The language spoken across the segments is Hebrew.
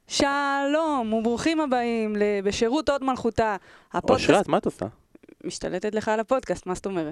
שלום וברוכים הבאים בשירות עוד מלכותה. אושרת, מה את עושה? משתלטת לך על הפודקאסט, מה זאת אומרת?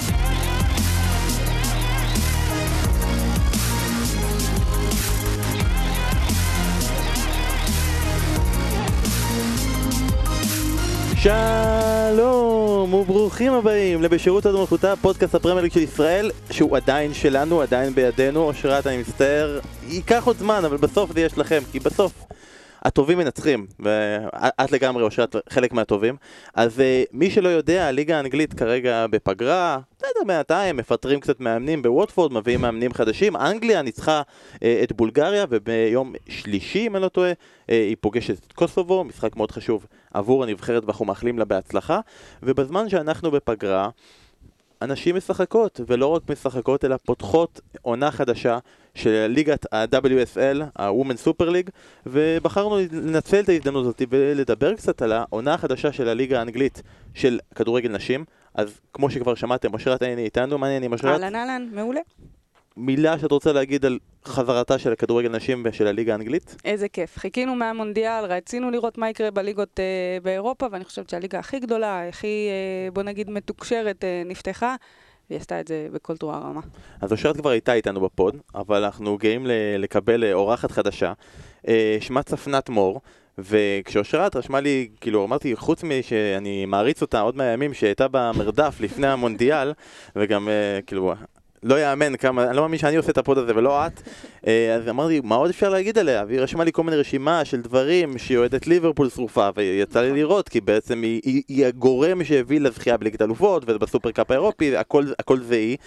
שלום וברוכים הבאים לבשירות עוד מלכותה, פודקאסט הפרמייר ליג של ישראל, שהוא עדיין שלנו, עדיין בידינו. אושרת, אני מצטער, ייקח עוד זמן, אבל בסוף זה יש לכם, כי בסוף הטובים מנצחים, ואת לגמרי, אושרת, חלק מהטובים. אז מי שלא יודע, הליגה האנגלית כרגע בפגרה, בינתיים מפטרים קצת מאמנים בווטפורד, מביאים מאמנים חדשים. אנגליה ניצחה את בולגריה, וביום שלישי, אם אני לא טועה, היא פוגשת את קוסובו, משחק מאוד חשוב עבור הנבחרת, ואנחנו מאחלים לה בהצלחה. ובזמן שאנחנו בפגרה, אנשים משחקות, ולא רק משחקות, אלא פותחות עונה חדשה של ליגת ה-WSL, ה-Women's Super League, ובחרנו לנצל את ההזדמנות הזאת ולדבר קצת על העונה החדשה של הליגה האנגלית של כדורגל נשים. אז כמו שכבר שמעתם, אושרת איתנו, מה העניינים אושרת? אהלן, מעולה. מילה שאת רוצה להגיד על חזרתה של הכדורגל נשים ושל הליגה האנגלית? איזה כיף. חיכינו מהמונדיאל, רצינו לראות מה יקרה בליגות באירופה, ואני חושבת שהליגה הכי גדולה, הכי, בוא נגיד, מתוקשרת, נפתחה, והיא עשתה את זה בכל תרועה רמה. אז אושרת כבר הייתה איתנו בפוד, אבל אנחנו גאים לקבל אורחת חדשה, שמה צפנת מור, וכשאושרת רשמה לי, כאילו אמרתי, חוץ שאני מעריץ אותה עוד מהימים שהייתה במרדף לפני המונדיאל, וגם כאילו לא יאמן כמה, אני לא מאמין שאני עושה את הפוד הזה ולא את, אז אמרתי, מה עוד אפשר להגיד עליה? והיא רשמה לי כל מיני רשימה של דברים שהיא אוהדת ליברפול שרופה, ויצא לי לראות, כי בעצם היא הגורם שהביא לזכייה בליגת אלופות ובסופר קאפ האירופי, הכל זה היא,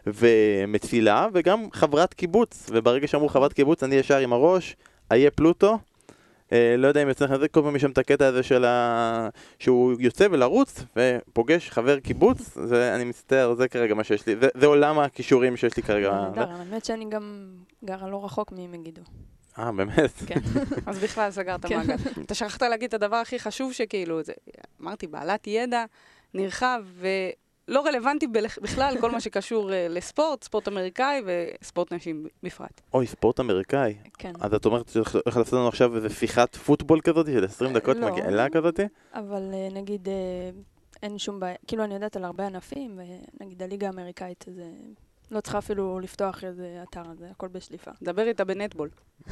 ומצילה, וגם חברת קיבוץ, וברגע שאמרו חברת קיבוץ, אני ישר עם הראש, איה פלוטו, לא יודע אם יצטרך לזה, כל פעם משם את הקטע הזה שהוא יוצא ולרוץ ופוגש חבר קיבוץ, אני מצטער, זה כרגע מה שיש לי, זה עולם הכישורים שיש לי כרגע. האמת שאני גם גרה לא רחוק ממגידו. באמת? כן, אז בכלל סגרת מעגל. אתה שכחת להגיד את הדבר הכי חשוב שכאילו, אמרתי, בעלת ידע נרחב ולא רלוונטי בכלל כל מה שקשור לספורט, ספורט אמריקאי וספורט נשים בפרט. אוי, ספורט אמריקאי? כן. אז את אומרת שהולך לעשות לנו עכשיו איזה שיחת פוטבול כזאת של 20 דקות מגעלה כזאת? אבל נגיד אין שום בעיה, כאילו אני יודעת על הרבה ענפים, ונגיד הליגה האמריקאית זה לא צריכה אפילו לפתוח איזה אתר הזה, הכל בשליפה. דבר איתה בנטבול.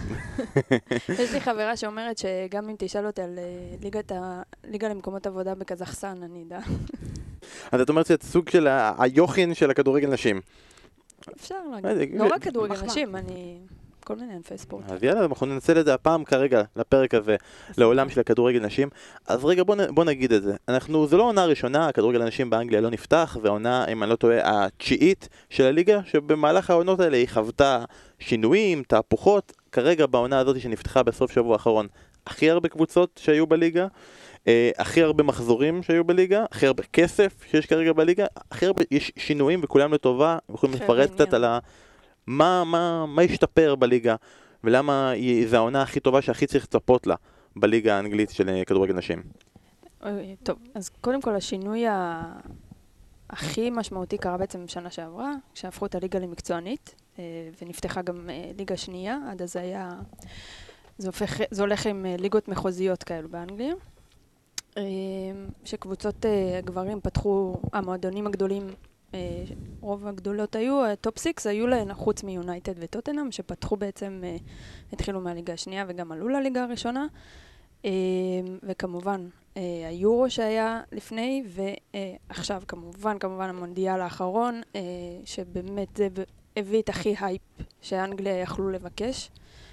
יש לי חברה שאומרת שגם אם תשאל אותי על ליגה למקומות עבודה בקזחסטן, אני אדע. אז את אומרת שזה סוג של היוחין של הכדורגל נשים. אפשר להגיד. לא רק כדורגל נשים, אני כל מיני ענפי ספורט. אז יאללה, אנחנו ננצל את זה הפעם כרגע לפרק הזה, לעולם של הכדורגל נשים. אז רגע, בוא נגיד את זה. זו לא עונה ראשונה, הכדורגל הנשים באנגליה לא נפתח, זה עונה, אם אני לא טועה, התשיעית של הליגה, שבמהלך העונות האלה היא חוותה שינויים, תהפוכות. כרגע בעונה הזאת שנפתחה בסוף שבוע האחרון, הכי הרבה קבוצות שהיו בליגה, הכי הרבה מחזורים שהיו בליגה, הכי הרבה כסף שיש כרגע בליגה, הכי הרבה יש שינויים וכולם לטובה, יכולים לפרט קצת על מה ישתפר בליגה, ולמה זו העונה הכי טובה שהכי צריך לצפות לה בליגה האנגלית של כדורגל נשים. טוב, אז קודם כל השינוי הכי משמעותי קרה בעצם שנה שעברה, כשהפכו את הליגה למקצוענית, ונפתחה גם ליגה שנייה, עד אז זה הולך עם ליגות מחוזיות כאלו באנגליה, שקבוצות הגברים פתחו, המועדונים הגדולים, רוב הגדולות היו, הטופ 6 היו להן חוץ מיונייטד וטוטנהאם, שפתחו בעצם, התחילו מהליגה השנייה וגם עלו לליגה הראשונה, וכמובן היורו שהיה לפני, ועכשיו כמובן המונדיאל האחרון, שבאמת זה הביא את הכי הייפ שאנגליה יכלו לבקש,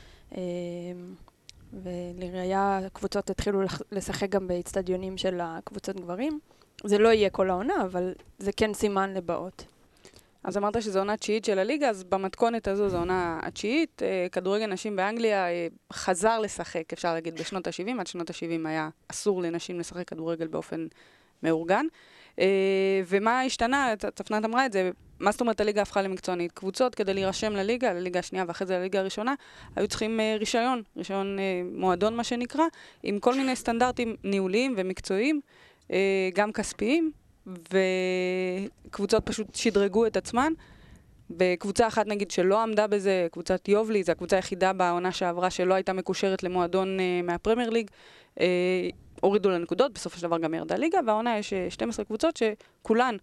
ולראיה הקבוצות התחילו לשחק גם באצטדיונים של הקבוצות גברים. זה לא יהיה כל העונה, אבל זה כן סימן לבאות. אז אמרת שזו עונה תשיעית של הליגה, אז במתכונת הזו זו עונה התשיעית. כדורגל נשים באנגליה חזר לשחק, אפשר להגיד, בשנות ה-70. עד שנות ה-70 היה אסור לנשים לשחק כדורגל באופן מאורגן. ומה השתנה? צפנת אמרה את זה, מה זאת אומרת הליגה הפכה למקצוענית? קבוצות כדי להירשם לליגה השנייה ואחרי זה לליגה הראשונה, היו צריכים רישיון מועדון מה שנקרא, עם כל מיני סטנדרטים ניהוליים ומקצועיים, גם כספיים, וקבוצות פשוט שדרגו את עצמן, בקבוצה אחת נגיד שלא עמדה בזה, קבוצת יובלי, זו הקבוצה היחידה בעונה שעברה שלא הייתה מקושרת למועדון מהפרמייר ליג, הורידו לנקודות, בסופו של דבר גם ירדה ליגה, והעונה יש 12 קבוצות שכולן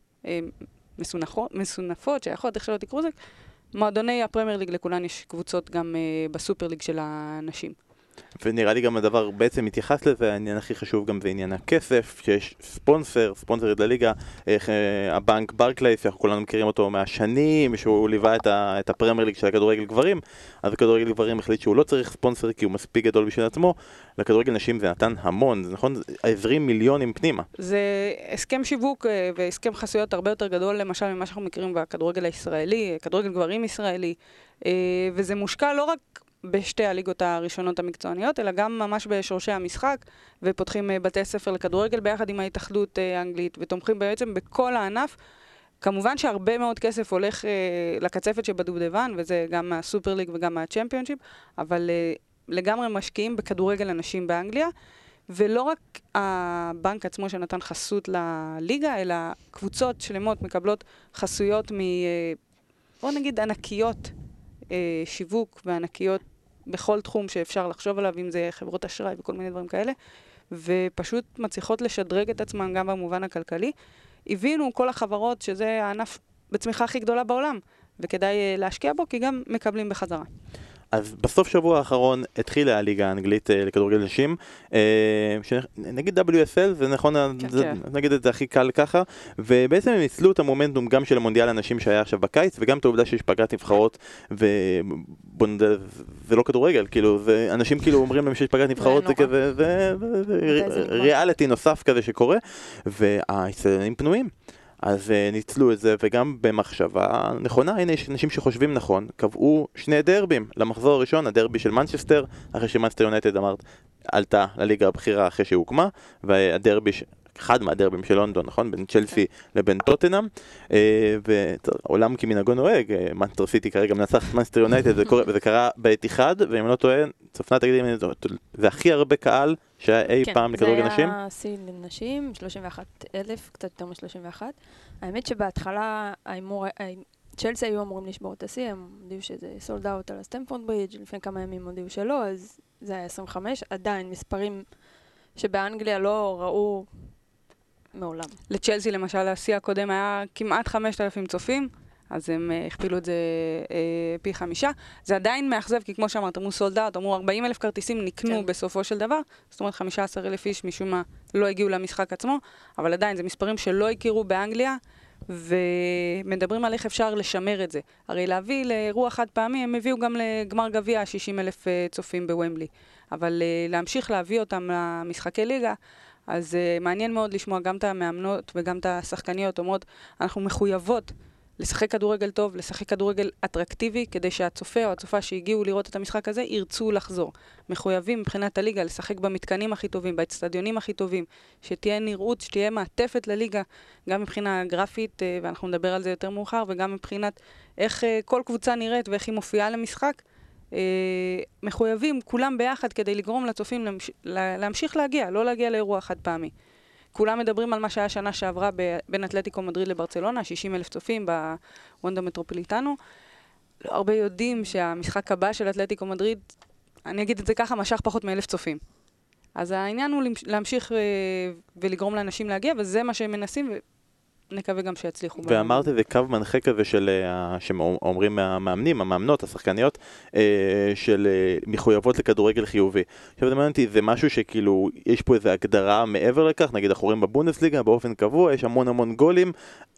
מסונפות, שייכות, איך שלא תקראו זה, מועדוני הפרמייר ליג לכולן יש קבוצות גם בסופר ליג של הנשים. ונראה לי גם הדבר בעצם מתייחס לזה, העניין הכי חשוב גם זה עניין הכסף, שיש ספונסרית לליגה, הבנק ברקלייס, אנחנו כולנו מכירים אותו מהשנים, שהוא ליווה את הפרמייר ליג של הכדורגל גברים, אז הכדורגל גברים החליט שהוא לא צריך ספונסר כי הוא מספיק גדול בשביל עצמו, לכדורגל נשים זה נתן המון, זה נכון? העזרים מיליונים פנימה. זה הסכם שיווק והסכם חסויות הרבה יותר גדול, למשל ממה שאנחנו מכירים בכדורגל הישראלי, כדורגל גברים ישראלי, וזה מושקע לא רק בשתי הליגות הראשונות המקצועניות, אלא גם ממש בשורשי המשחק, ופותחים בתי ספר לכדורגל ביחד עם ההתאחדות האנגלית, ותומכים בעצם בכל הענף. כמובן שהרבה מאוד כסף הולך לקצפת שבדובדבן, וזה גם מהסופר ליג וגם מהצ'מפיונשיפ, אבל לגמרי משקיעים בכדורגל הנשים באנגליה, ולא רק הבנק עצמו שנתן חסות לליגה, אלא קבוצות שלמות מקבלות חסויות בוא נגיד ענקיות שיווק וענקיות בכל תחום שאפשר לחשוב עליו, אם זה חברות אשראי וכל מיני דברים כאלה, ופשוט מצליחות לשדרג את עצמן גם במובן הכלכלי. הבינו כל החברות שזה הענף בצמיחה הכי גדולה בעולם, וכדאי להשקיע בו, כי גם מקבלים בחזרה. אז בסוף שבוע האחרון התחילה הליגה האנגלית לכדורגל נשים, נגיד WSL, זה נכון, נגיד את זה הכי קל ככה, ובעצם הם ניצלו את המומנטום גם של המונדיאל הנשים שהיה עכשיו בקיץ, וגם את העובדה שיש פגרת נבחרות, ובוא נדע, זה לא כדורגל, כאילו, אנשים כאילו אומרים להם שיש פגרת נבחרות, זה כזה, זה ריאליטי נוסף כזה שקורה, והישראלים פנויים. אז ניצלו את זה, וגם במחשבה נכונה, הנה יש אנשים שחושבים נכון, קבעו שני דרבים למחזור הראשון, הדרבי של מנצ'סטר, אחרי שמנצ'סטר יונייטד אמרת, עלתה לליגה הבכירה אחרי שהוקמה, והדרבי, אחד מהדרבים של לונדון, נכון? בין צ'לסי לבין טוטנהאם, ועולם כמנהגו נוהג, מנצ'סטר סיטי כרגע מנצחת מנצ'סטר יונייטד, וזה קרה באתיחד, ואם לא טועה, צופנה תגידי, זה הכי הרבה קהל שהיה אי פעם לכדורגל נשים? כן, זה היה שיא לנשים, 31,000, קצת יותר מ-31. האמת שבהתחלה צ'לסי היו אמורים לשבור את השיא, הם הודיעו שזה סולד אאוט על הסטמפורד ברידג', לפני כמה ימים הודיעו שלא, אז זה היה 25, עדיין מספרים שבאנגליה לא ראו מעולם. לצ'לסי למשל, השיא הקודם היה כמעט 5,000 צופים, אז הם הכפילו את זה פי 5. זה עדיין מאכזב, כי כמו שאמרת, אמרו סולדאוט, אמרו 40,000 כרטיסים נקנו בסופו של דבר, זאת אומרת 15,000 איש משום מה לא הגיעו למשחק עצמו, אבל עדיין זה מספרים שלא הכירו באנגליה, ומדברים על איך אפשר לשמר את זה. הרי להביא לאירוע חד פעמי, הם הביאו גם לגמר גביע 60,000 צופים בוומבלי, אבל להמשיך להביא אותם למשחקי ליגה, אז מעניין מאוד לשמוע גם את המאמנות וגם את השחקניות אומרות, אנחנו מחויבות לשחק כדורגל טוב, לשחק כדורגל אטרקטיבי, כדי שהצופה או הצופה שהגיעו לראות את המשחק הזה, ירצו לחזור. מחויבים מבחינת הליגה לשחק במתקנים הכי טובים, באצטדיונים הכי טובים, שתהיה נראות, שתהיה מעטפת לליגה, גם מבחינה גרפית, ואנחנו נדבר על זה יותר מאוחר, וגם מבחינת איך כל קבוצה נראית ואיך היא מופיעה למשחק, מחויבים כולם ביחד כדי לגרום לצופים להמשיך להגיע, לא להגיע לאירוע חד פעמי. כולם מדברים על מה שהיה שנה שעברה בין אתלטיקו מדריד לברצלונה, 60,000 צופים בוונדה מטרופוליטנו. לא הרבה יודעים שהמשחק הבא של אתלטיקו מדריד, אני אגיד את זה ככה, משך פחות מ1,000 צופים. אז העניין הוא להמשיך ולגרום לאנשים להגיע, וזה מה שהם מנסים, ונקווה גם שיצליחו. ואמרת זה קו מנחה כזה של, שאומרים המאמנים, המאמנות, השחקניות, של מחויבות לכדורגל חיובי. עכשיו זה מעניין אותי, זה משהו שכאילו, יש פה איזו הגדרה מעבר לכך, נגיד אנחנו רואים בבונדסליגה באופן קבוע, יש המון גולים,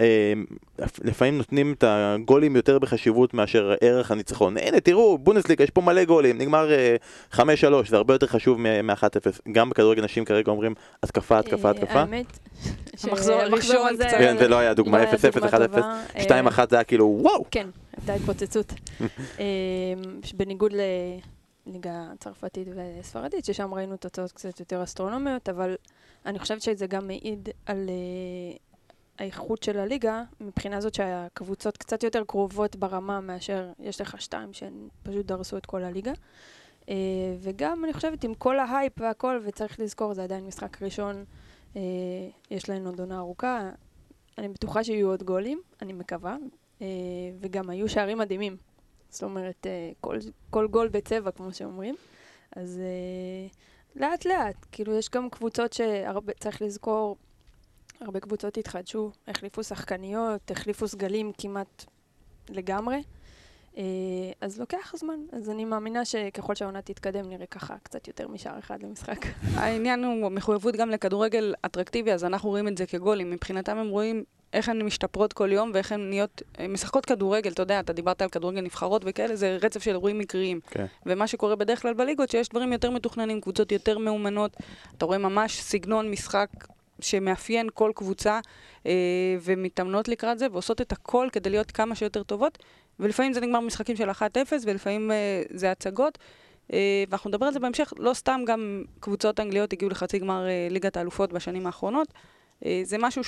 לפעמים נותנים את הגולים יותר בחשיבות מאשר ערך הניצחון. הנה תראו, בונדסליגה יש פה מלא גולים, נגמר 5-3, זה הרבה יותר חשוב מ-1-0. גם בכדורגל נשים כרגע אומרים התקפה. האמת, המחזור הראשון קצת. כן, זה לא היה דוגמה 0-0, 1-0, 2-1 זה היה כאילו וואו. כן, הייתה התפוצצות. בניגוד לליגה צרפתית וספרדית, ששם ראינו תוצאות קצת יותר אסטרונומיות, אבל אני חושבת שזה גם מעיד על האיכות של הליגה, מבחינה זאת שהקבוצות קצת יותר קרובות ברמה מאשר יש לך 2 שהן פשוט דרסו את כל הליגה. וגם אני חושבת עם כל ההייפ והכל, וצריך לזכור, זה עדיין משחק ראשון, יש להם עוד עונה ארוכה, אני בטוחה שיהיו עוד גולים, אני מקווה. וגם היו שערים מדהימים. זאת אומרת, כל גול בצבע, כמו שאומרים. אז לאט לאט, כאילו יש גם קבוצות שצריך לזכור, הרבה קבוצות התחדשו, החליפו שחקניות, החליפו סגלים כמעט לגמרי. אז לוקח זמן, אז אני מאמינה שככל שהעונה תתקדם נראה ככה קצת יותר משער אחד למשחק. העניין הוא מחויבות גם לכדורגל אטרקטיבי, אז אנחנו רואים את זה כגולים. מבחינתם הם רואים איך הן משתפרות כל יום ואיך הן משחקות כדורגל. אתה יודע, אתה דיברת על כדורגל נבחרות וכאלה, זה רצף של אירועים מקריים. כן. ומה שקורה בדרך כלל בליגות, שיש דברים יותר מתוכננים, קבוצות יותר מאומנות. אתה רואה ממש סגנון משחק שמאפיין כל קבוצה, ומתאמנות לקראת זה, ועושות את הכל כדי להיות כמה שיותר טובות. ולפעמים זה נגמר במשחקים של 1-0, ולפעמים זה הצגות. ואנחנו נדבר על זה בהמשך, לא סתם גם קבוצות אנגליות הגיעו לחצי גמר ליגת האלופות בשנים האחרונות. זה משהו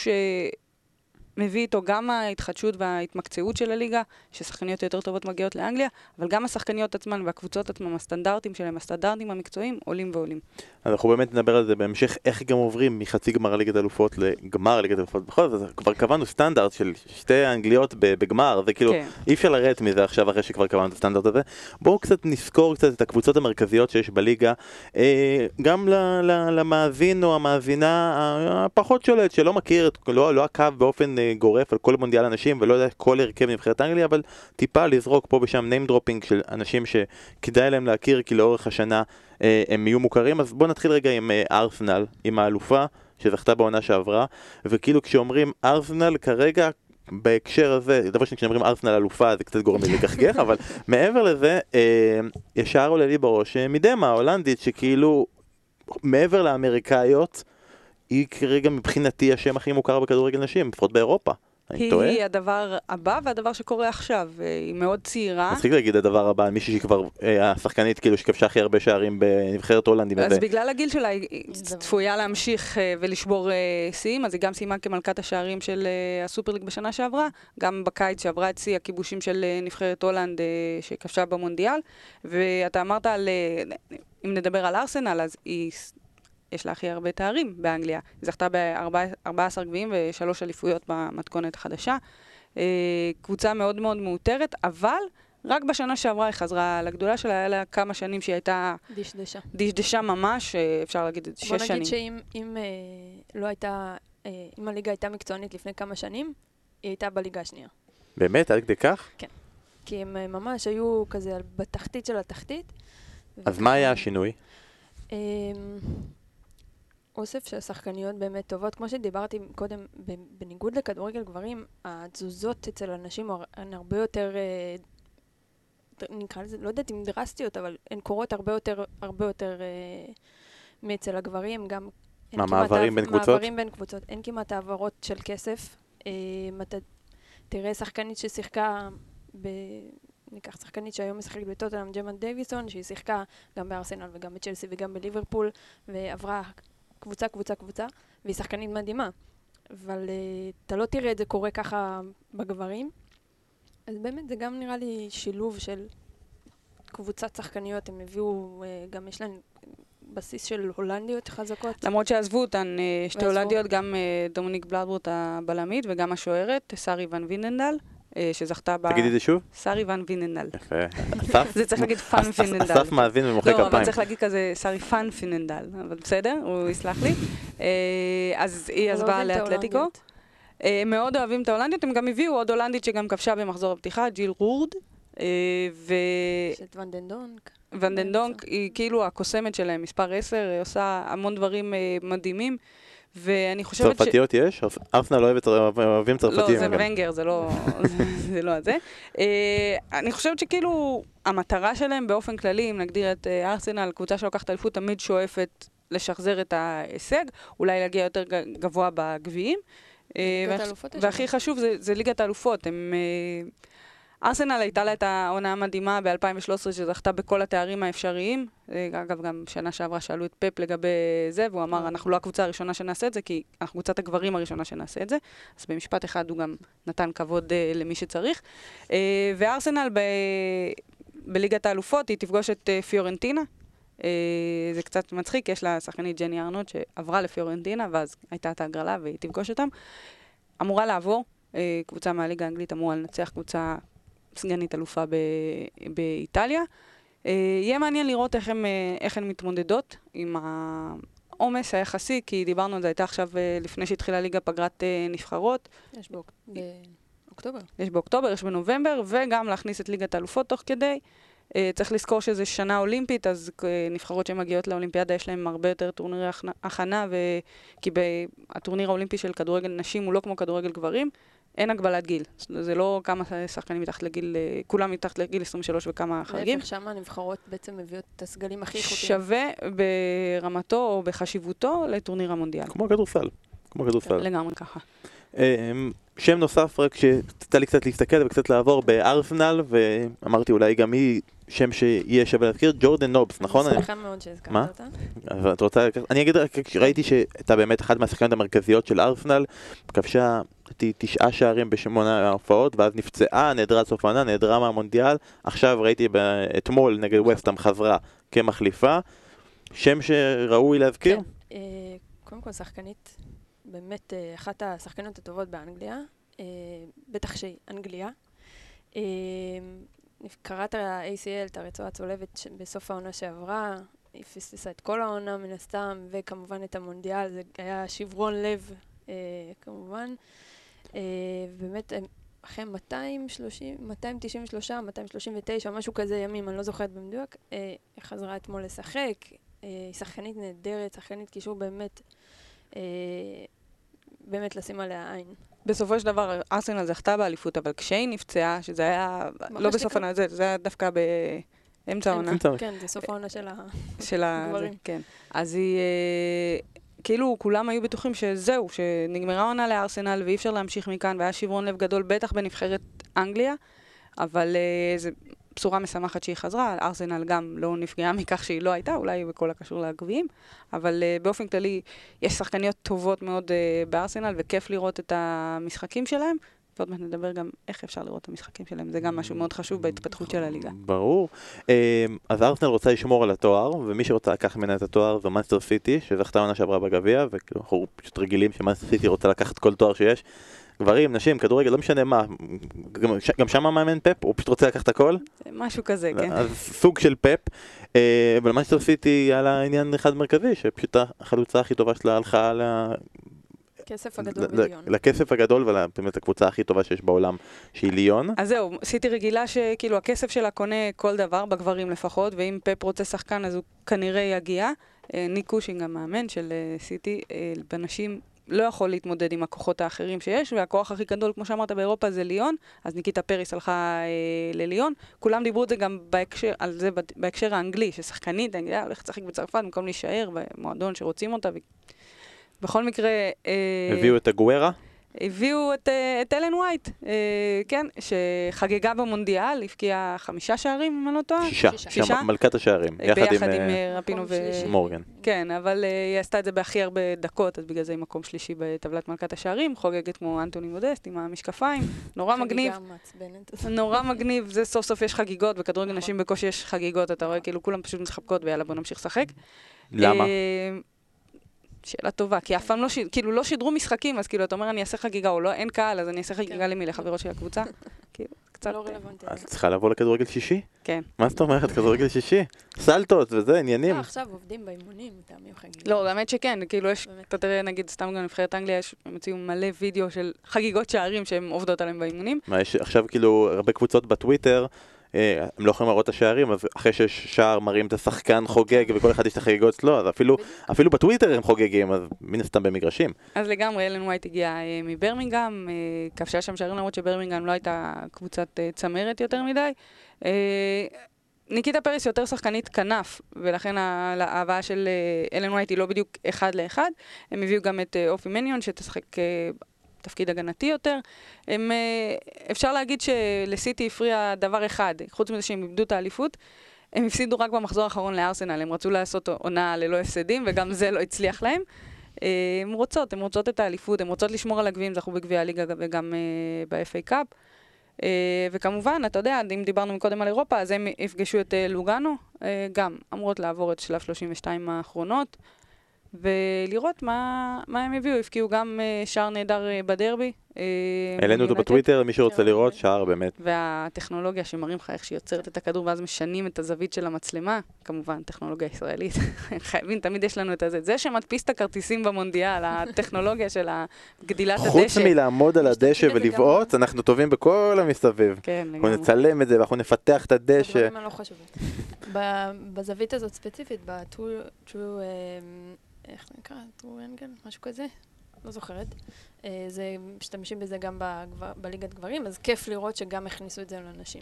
מביא איתו גם ההתחדשות וההתמקצעות של הליגה, ששחקניות יותר טובות מגיעות לאנגליה, אבל גם השחקניות עצמן והקבוצות עצמן, הסטנדרטים שלהם, הסטנדרטים המקצועיים, עולים ועולים. אנחנו באמת נדבר על זה בהמשך, איך גם עוברים מחצי גמר ליגת האלופות לגמר ליגת האלופות. בכל זאת, כבר קבענו סטנדרט של שתי האנגליות בגמר, זה כאילו, אי אפשר לרדת מזה עכשיו אחרי שכבר קבענו את הסטנדרט הזה. בואו קצת נזכור קצת את הקבוצות המרכזיות שיש בליגה, גם למאזין או המאזינה הפחות שולט, שלא מכיר, לא עקב באופן גורף על כל מונדיאל אנשים ולא יודע כל הרכב נבחרת אנגליה, אבל טיפה לזרוק פה ושם name dropping של אנשים שכדאי להם להכיר כי לאורך השנה הם יהיו מוכרים. אז בואו נתחיל רגע עם ארסנל, עם האלופה שזכתה בעונה שעברה, וכאילו כשאומרים ארסנל כרגע בהקשר הזה, דבר שני כשאומרים ארסנל אלופה זה קצת גורם לי לקחגך, אבל מעבר לזה ישר עולה לי בראש מדמה ההולנדית שכאילו מעבר לאמריקאיות היא כרגע מבחינתי השם הכי מוכר בכדורגל נשים, לפחות באירופה. היא הדבר הבא והדבר שקורה עכשיו. היא מאוד צעירה. מצחיק להגיד הדבר הבא, מישהי שכבר השחקנית כאילו שכבשה הכי הרבה שערים בנבחרת הולנדים. אז בגלל הגיל שלה היא צפויה להמשיך ולשבור שיאים, אז היא גם סיימה כמלכת השערים של הסופרליג בשנה שעברה, גם בקיץ שעברה את שיא הכיבושים של נבחרת הולנד שכבשה במונדיאל, ואתה אמרת על, אם נדבר על ארסנל, אז יש לה הכי הרבה תארים באנגליה. היא זכתה ב-14 גביעים ו3 אליפויות במתכונת החדשה. קבוצה מאוד מאוד מאותרת, אבל רק בשנה שעברה היא חזרה לגדולה שלה, היה לה כמה שנים שהיא הייתה דשדשה ממש, אפשר להגיד 6 שנים. בוא נגיד שאם לא הייתה, אם הליגה הייתה מקצוענית לפני כמה שנים, היא הייתה בליגה השנייה. באמת? עד כדי כך? כן. כי הם ממש היו כזה בתחתית של התחתית. אז מה היה השינוי? אוסף של שחקניות באמת טובות. כמו שדיברתי קודם, בניגוד לכדורגל גברים, התזוזות אצל אנשים הן הרבה יותר, נקרא לזה, לא יודעת אם דרסטיות, אבל הן קורות הרבה יותר מאצל הגברים. גם מעברים בין קבוצות? מעברים בין קבוצות. אין כמעט העברות של כסף. תראה שחקנית ששיחקה ניקח שחקנית שהיום משחקת בטוטנהאם, ג'מה דייוויסון, שהיא שיחקה גם בארסנל וגם בצ'לסי וגם בליברפול, ועברה קבוצה, והיא שחקנית מדהימה. אבל אתה לא תראה את זה קורה ככה בגברים. אז באמת זה גם נראה לי שילוב של קבוצת שחקניות, הם הביאו, גם יש להן בסיס של הולנדיות חזקות. למרות שעזבו אותן שתי הולנדיות, גם דומיניק בלאדבורט הבלמית וגם השוערת, סארי ון ויננדל. שזכתה תגידי זה שוב? סארי ון ויננדל. יפה. זה צריך להגיד פן ויננדל. אסף מאזין ומוחא כפיים. לא, אבל צריך להגיד כזה סארי פן ויננדל. אבל בסדר, הוא יסלח לי. אז היא עזבה לאתלטיקו. מאוד אוהבים את ההולנדיות. הם גם הביאו עוד הולנדית שגם כבשה במחזור הפתיחה, ג'יל רורד. שאת ונדנדונק. ונדנדונק היא כאילו הקוסמת שלהם, מספר 10, היא עושה המון דברים מדהימים. ואני חושבת צרפתיות יש? ארסנל לא אוהבים צרפתיים. לא, זה ונגר, זה לא זה. אני חושבת שכאילו המטרה שלהם באופן כללי, אם נגדיר את ארסנל, קבוצה שלוקחת אליפות תמיד שואפת לשחזר את ההישג, אולי להגיע יותר גבוה בגביעים. והכי חשוב זה ליגת האלופות. ארסנל הייתה לה את העונה המדהימה ב-2013 שזכתה בכל התארים האפשריים. אגב, גם שנה שעברה שאלו את פפ לגבי זה, והוא אמר, אנחנו לא הקבוצה הראשונה שנעשה את זה, כי אנחנו קבוצת הגברים הראשונה שנעשה את זה. אז במשפט אחד הוא גם נתן כבוד למי שצריך. וארסנל בליגת האלופות היא תפגוש את פיורנטינה. זה קצת מצחיק, יש לה שחקנית ג'ני ארנולד שעברה לפיורנטינה, ואז הייתה את ההגרלה והיא תפגוש אותם. אמורה לעבור. קבוצה מהליגה האנגלית אמורה לנצח קבוצה סגנית אלופה באיטליה. יהיה מעניין לראות איך הן מתמודדות עם העומס היחסי, כי דיברנו על זה, הייתה עכשיו לפני שהתחילה ליגה פגרת נבחרות. יש באוקטובר. יש באוקטובר, יש בנובמבר, וגם להכניס את ליגת האלופות תוך כדי. צריך לזכור שזה שנה אולימפית, אז נבחרות שמגיעות לאולימפיאדה יש להם הרבה יותר טורנירי הכנה, כי הטורניר האולימפי של כדורגל נשים הוא לא כמו כדורגל גברים, אין הגבלת גיל. זה לא כמה שחקנים מתחת לגיל, כולם מתחת לגיל 23 וכמה חריגים. להפך, שם הנבחרות בעצם מביאות את הסגלים הכי איכותיים. שווה ברמתו או בחשיבותו לטורניר המונדיאל. כמו כדורסל. לגמרי ככה. שם נוסף, רק שצריך לי קצת להסתכל וקצת לעבור בארסנל, ואמרתי אולי גם היא שם שיהיה שווה להזכיר, ג'ורדן נובס, נכון? אני שמחה מאוד שהזכרת אותה. מה? את רוצה... אני אגיד רק, ראיתי שהייתה באמת אחת מהשחקניות המרכזיות של ארסנל, כבשה 9 שערים ב8 ההופעות, ואז נפצעה, נעדרה עד סוף העונה, נעדרה מהמונדיאל, עכשיו ראיתי אתמול נגד ווסטהאם חזרה כמחליפה, שם שראוי להזכיר? כן, קודם כל שחקנית, באמת אחת השחקניות הטובות באנגליה, בטח שהיא אנגליה. קראת ה-ACL, את הרצועה הצולבת בסוף העונה שעברה, היא פספסה את כל העונה מן הסתם, וכמובן את המונדיאל, זה היה שברון לב כמובן. באמת, אחרי 293, 239, משהו כזה ימים, אני לא זוכרת במדויק, היא חזרה אתמול לשחק, היא שחקנית נהדרת, שחקנית קישור באמת לשים עליה עין. בסופו של דבר, ארסנל זכתה באליפות, אבל כשהיא נפצעה, שזה היה, לא בסוף העונה, זה היה דווקא באמצע העונה. כן, זה סוף העונה של הגברים. כן. אז היא, כאילו, כולם היו בטוחים שזהו, שנגמרה העונה לארסנל, ואי אפשר להמשיך מכאן, והיה שברון לב גדול, בטח בנבחרת אנגליה, אבל זה בשורה משמחת שהיא חזרה, ארסנל גם לא נפגעה מכך שהיא לא הייתה, אולי בכל הקשור לגביעים, אבל באופן כללי יש שחקניות טובות מאוד בארסנל, וכיף לראות את המשחקים שלהם, ועוד מעט נדבר גם איך אפשר לראות את המשחקים שלהם, זה גם משהו מאוד חשוב בהתפתחות של הליגה. ברור. אז ארסנל רוצה לשמור על התואר, ומי שרוצה לקח ממנה את התואר זו מנסטר סיטי, שזכתה עונה שעברה בגביע, ואנחנו פשוט רגילים שמנסטר סיטי רוצה לקחת כל תואר שיש. גברים, נשים, כדורגל, לא משנה מה, גם שם המאמן פפ, הוא פשוט רוצה לקחת הכל? משהו כזה, כן. אז סוג של פפ, אבל מנסטר סיטי היה לה עניין אחד מרכזי, שפשוט החלוצה הכי טובה שלה הלכה כסף הגדול בליון. לכסף הגדול, ובאמת הקבוצה הכי טובה שיש בעולם, שהיא ליון. אז זהו, סיטי רגילה שכאילו הכסף שלה קונה כל דבר, בגברים לפחות, ואם פפ רוצה שחקן אז הוא כנראה יגיע. ניק קושינג המאמן של סיטי, בנשים לא יכול להתמודד עם הכוחות האחרים שיש, והכוח הכי גדול, כמו שאמרת, באירופה זה ליון, אז ניקיטה פריס הלכה לליון. כולם דיברו את זה גם על זה בהקשר האנגלי, ששחקנית, אני הולכת לשחק בצרפת, במקום להישאר במועדון שרוצים אותה. בכל מקרה... הביאו את הגוארה? הביאו את אלן ווייט, כן, שחגגה במונדיאל, הפקיעה 5 שערים, אם אני לא טועה. 6, מלכת השערים, יחד עם רפינו ומורגן. כן, אבל היא עשתה את זה בהכי הרבה דקות, אז בגלל זה היא מקום שלישי בטבלת מלכת השערים, חוגגת כמו אנטוני מודסט עם המשקפיים, נורא מגניב. נורא מגניב, זה סוף סוף יש חגיגות, בכדורגל נשים בקושי יש חגיגות, אתה רואה, כאילו כולם פשוט מתחבקות ויאללה בוא נמשיך לשחק. למה? שאלה טובה, כי אף פעם לא שידרו משחקים, אז כאילו, אתה אומר, אני אעשה חגיגה או לא, אין קהל, אז אני אעשה חגיגה למי, לחברות של הקבוצה. כאילו, קצת... לא רלוונטי. אז צריכה לבוא לכדורגל שישי? כן. מה זאת אומרת, כדורגל שישי? סלטות וזה, עניינים. לא, עכשיו עובדים באימונים, מטעמים חגיגה. לא, באמת שכן, כאילו יש, אתה תראה, נגיד, סתם גם נבחרת אנגליה, הם הציעו מלא וידאו של חגיגות שערים שהן עובדות עליהם באימונים. מה, יש עכשיו כאילו הרבה קבוצות בטוויטר, הם לא יכולים לראות את השערים, אז אחרי שיש שער מראים את השחקן חוגג וכל אחד יש את החגיגות שלו, אז אפילו בטוויטר הם חוגגים, אז מן הסתם במגרשים. אז לגמרי, אלן ווייט הגיע מברמינגהאם, כבשה שם שערים למרות שברמינגהאם לא הייתה קבוצת צמרת יותר מדי. ניקיטה פריס יותר שחקנית כנף, ולכן ההבאה של אלן ווייט היא לא בדיוק 1 ל-1. הם הביאו גם את אופי מניון שתשחק תפקיד הגנתי יותר. אפשר להגיד שלסיטי הפריע דבר אחד, חוץ מזה שהם איבדו את האליפות, הם הפסידו רק במחזור האחרון לארסנל, הם רצו לעשות עונה ללא הפסדים, וגם זה לא הצליח להם. הן רוצות את האליפות, הן רוצות לשמור על הגביעים, זכו בגביע הליגה וגם ב-FA קאפ. וכמובן, אתה יודע, אם דיברנו מקודם על אירופה, אז הם יפגשו את לוגאנו, גם אמורות לעבור את שלב 32 האחרונות, ולראות מה הם הביאו. הפקיעו גם שער נהדר בדרבי, העלינו אותו בטוויטר, מי שרוצה לראות, שער באמת. והטכנולוגיה שמראים לך איך שהיא יוצרת את הכדור, ואז משנים את הזווית של המצלמה, כמובן, טכנולוגיה ישראלית. חייבים, תמיד יש לנו את זה. זה שמדפיס את הכרטיסים במונדיאל, הטכנולוגיה של גדילת הדשא. חוץ מלעמוד על הדשא ולבעוט, אנחנו טובים בכל המסביב. כן, לגמרי. אנחנו נצלם את זה, ואנחנו נפתח את הדשא. הדברים הלא חשובים. בזווית הזאת ספציפית, ב-True, איך זה נקרא? True Angle? משהו כזה? לא זוכרת. זה, משתמשים בזה גם בליגת גברים, אז כיף לראות שגם הכניסו את זה לנשים.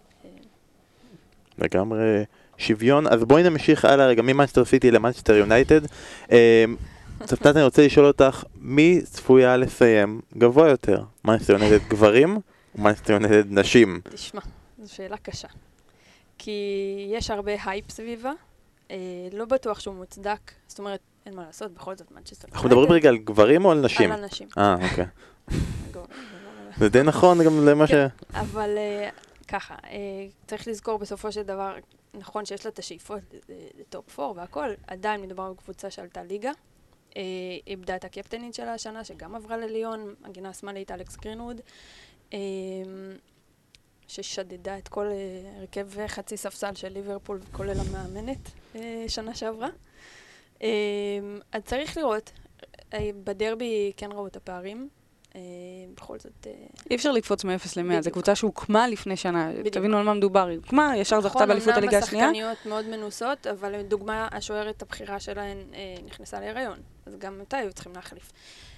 לגמרי שוויון. אז בואי נמשיך הלאה רגע ממנצ'סטר סיטי למנצ'סטר יונייטד. צפנת, אני רוצה לשאול אותך, מי צפויה לסיים גבוה יותר? מנצ'סטר יונייטד גברים או מנצ'סטר יונייטד נשים? תשמע, זו שאלה קשה. כי יש הרבה הייפ סביבה, לא בטוח שהוא מוצדק, זאת אומרת, אין מה לעשות, בכל זאת מנצ'סטר יונייטד. אנחנו מדברים רגע על גברים או על נשים? על הנשים. אוקיי. זה די נכון גם למה ש... אבל ככה, צריך לזכור בסופו של דבר, נכון שיש לה את השאיפות לטופ 4 והכל, עדיין מדובר בקבוצה שעלתה ליגה, איבדה את הקפטנית שלה השנה, שגם עברה לליון, הגינה השמאלית אלכס גרינווד, ששדדה את כל הרכב חצי ספסל של ליברפול, כולל המאמנת שנה שעברה. אז צריך לראות, בדרבי כן ראו את הפערים, בכל זאת... אי אפשר לקפוץ מ-0 ל-100, זו קבוצה שהוקמה לפני שנה, תבינו על מה מדובר, היא הוקמה, ישר זכתה באליפות הליגה השנייה. נכון, אומנם השחקניות מאוד מנוסות, אבל לדוגמה, השוערת הבחירה שלהן נכנסה להיריון, אז גם אותה היו צריכים להחליף.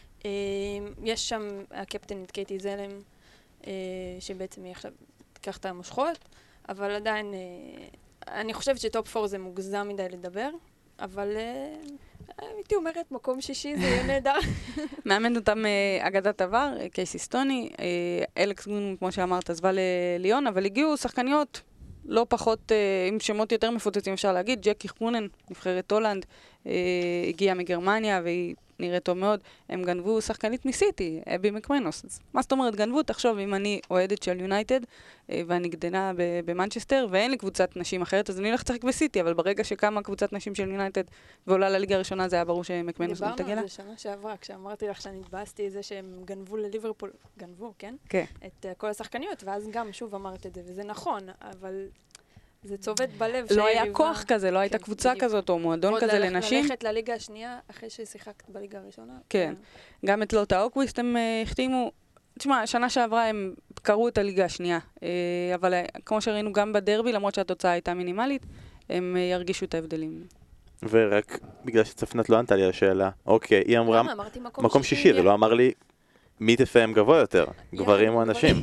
יש שם הקפטנית קייטי זלם, שבעצם היא עכשיו תיקח את המושכות, אבל עדיין, אני חושבת שטופ 4 זה מוגזם מדי לדבר, אבל הייתי אומרת, מקום שישי זה יהיה נהדר. מאמן אותם אגדת עבר, קייסי סטוני, אלכס גרינווד, כמו שאמרת, עזבה לליון, אבל הגיעו שחקניות לא פחות, עם שמות יותר מפוצצים אפשר להגיד, ג'קי קונן, נבחרת הולנד, הגיעה מגרמניה והיא נראית טוב מאוד, הם גנבו שחקנית מסיטי, אבי מקמנוס. מה זאת אומרת גנבו? תחשוב, אם אני אוהדת של יונייטד, ואני גדלה במנצ'סטר, ואין לי קבוצת נשים אחרת, אז אני הולך לשחק בסיטי, אבל ברגע שקמה קבוצת נשים של יונייטד, ועולה לליגה הראשונה, זה היה ברור שמקמנוס לא תגיע לה. דיברנו על זה שנה שעברה, כשאמרתי לך שאני התבאסתי זה שהם גנבו לליברפול, גנבו, כן? כן. את כל השחקניות, ואז גם שוב אמרת את זה, וזה נכון, אבל זה צובט בלב. לא היה כוח כזה, לא הייתה קבוצה כזאת, או מועדון כזה לנשים. ללכת לליגה השנייה, אחרי ששיחקת בליגה הראשונה. כן. גם את לוטה אוקוויסט הם החתימו. תשמע, שנה שעברה הם קראו את הליגה השנייה, אבל כמו שראינו גם בדרבי, למרות שהתוצאה הייתה מינימלית, הם ירגישו את ההבדלים. ורק בגלל שצפנת לא ענתה לי השאלה, אוקיי, היא אמרה, מקום שישי, זה לא אמר לי מי תסיים גבוה יותר, גברים או אנשים.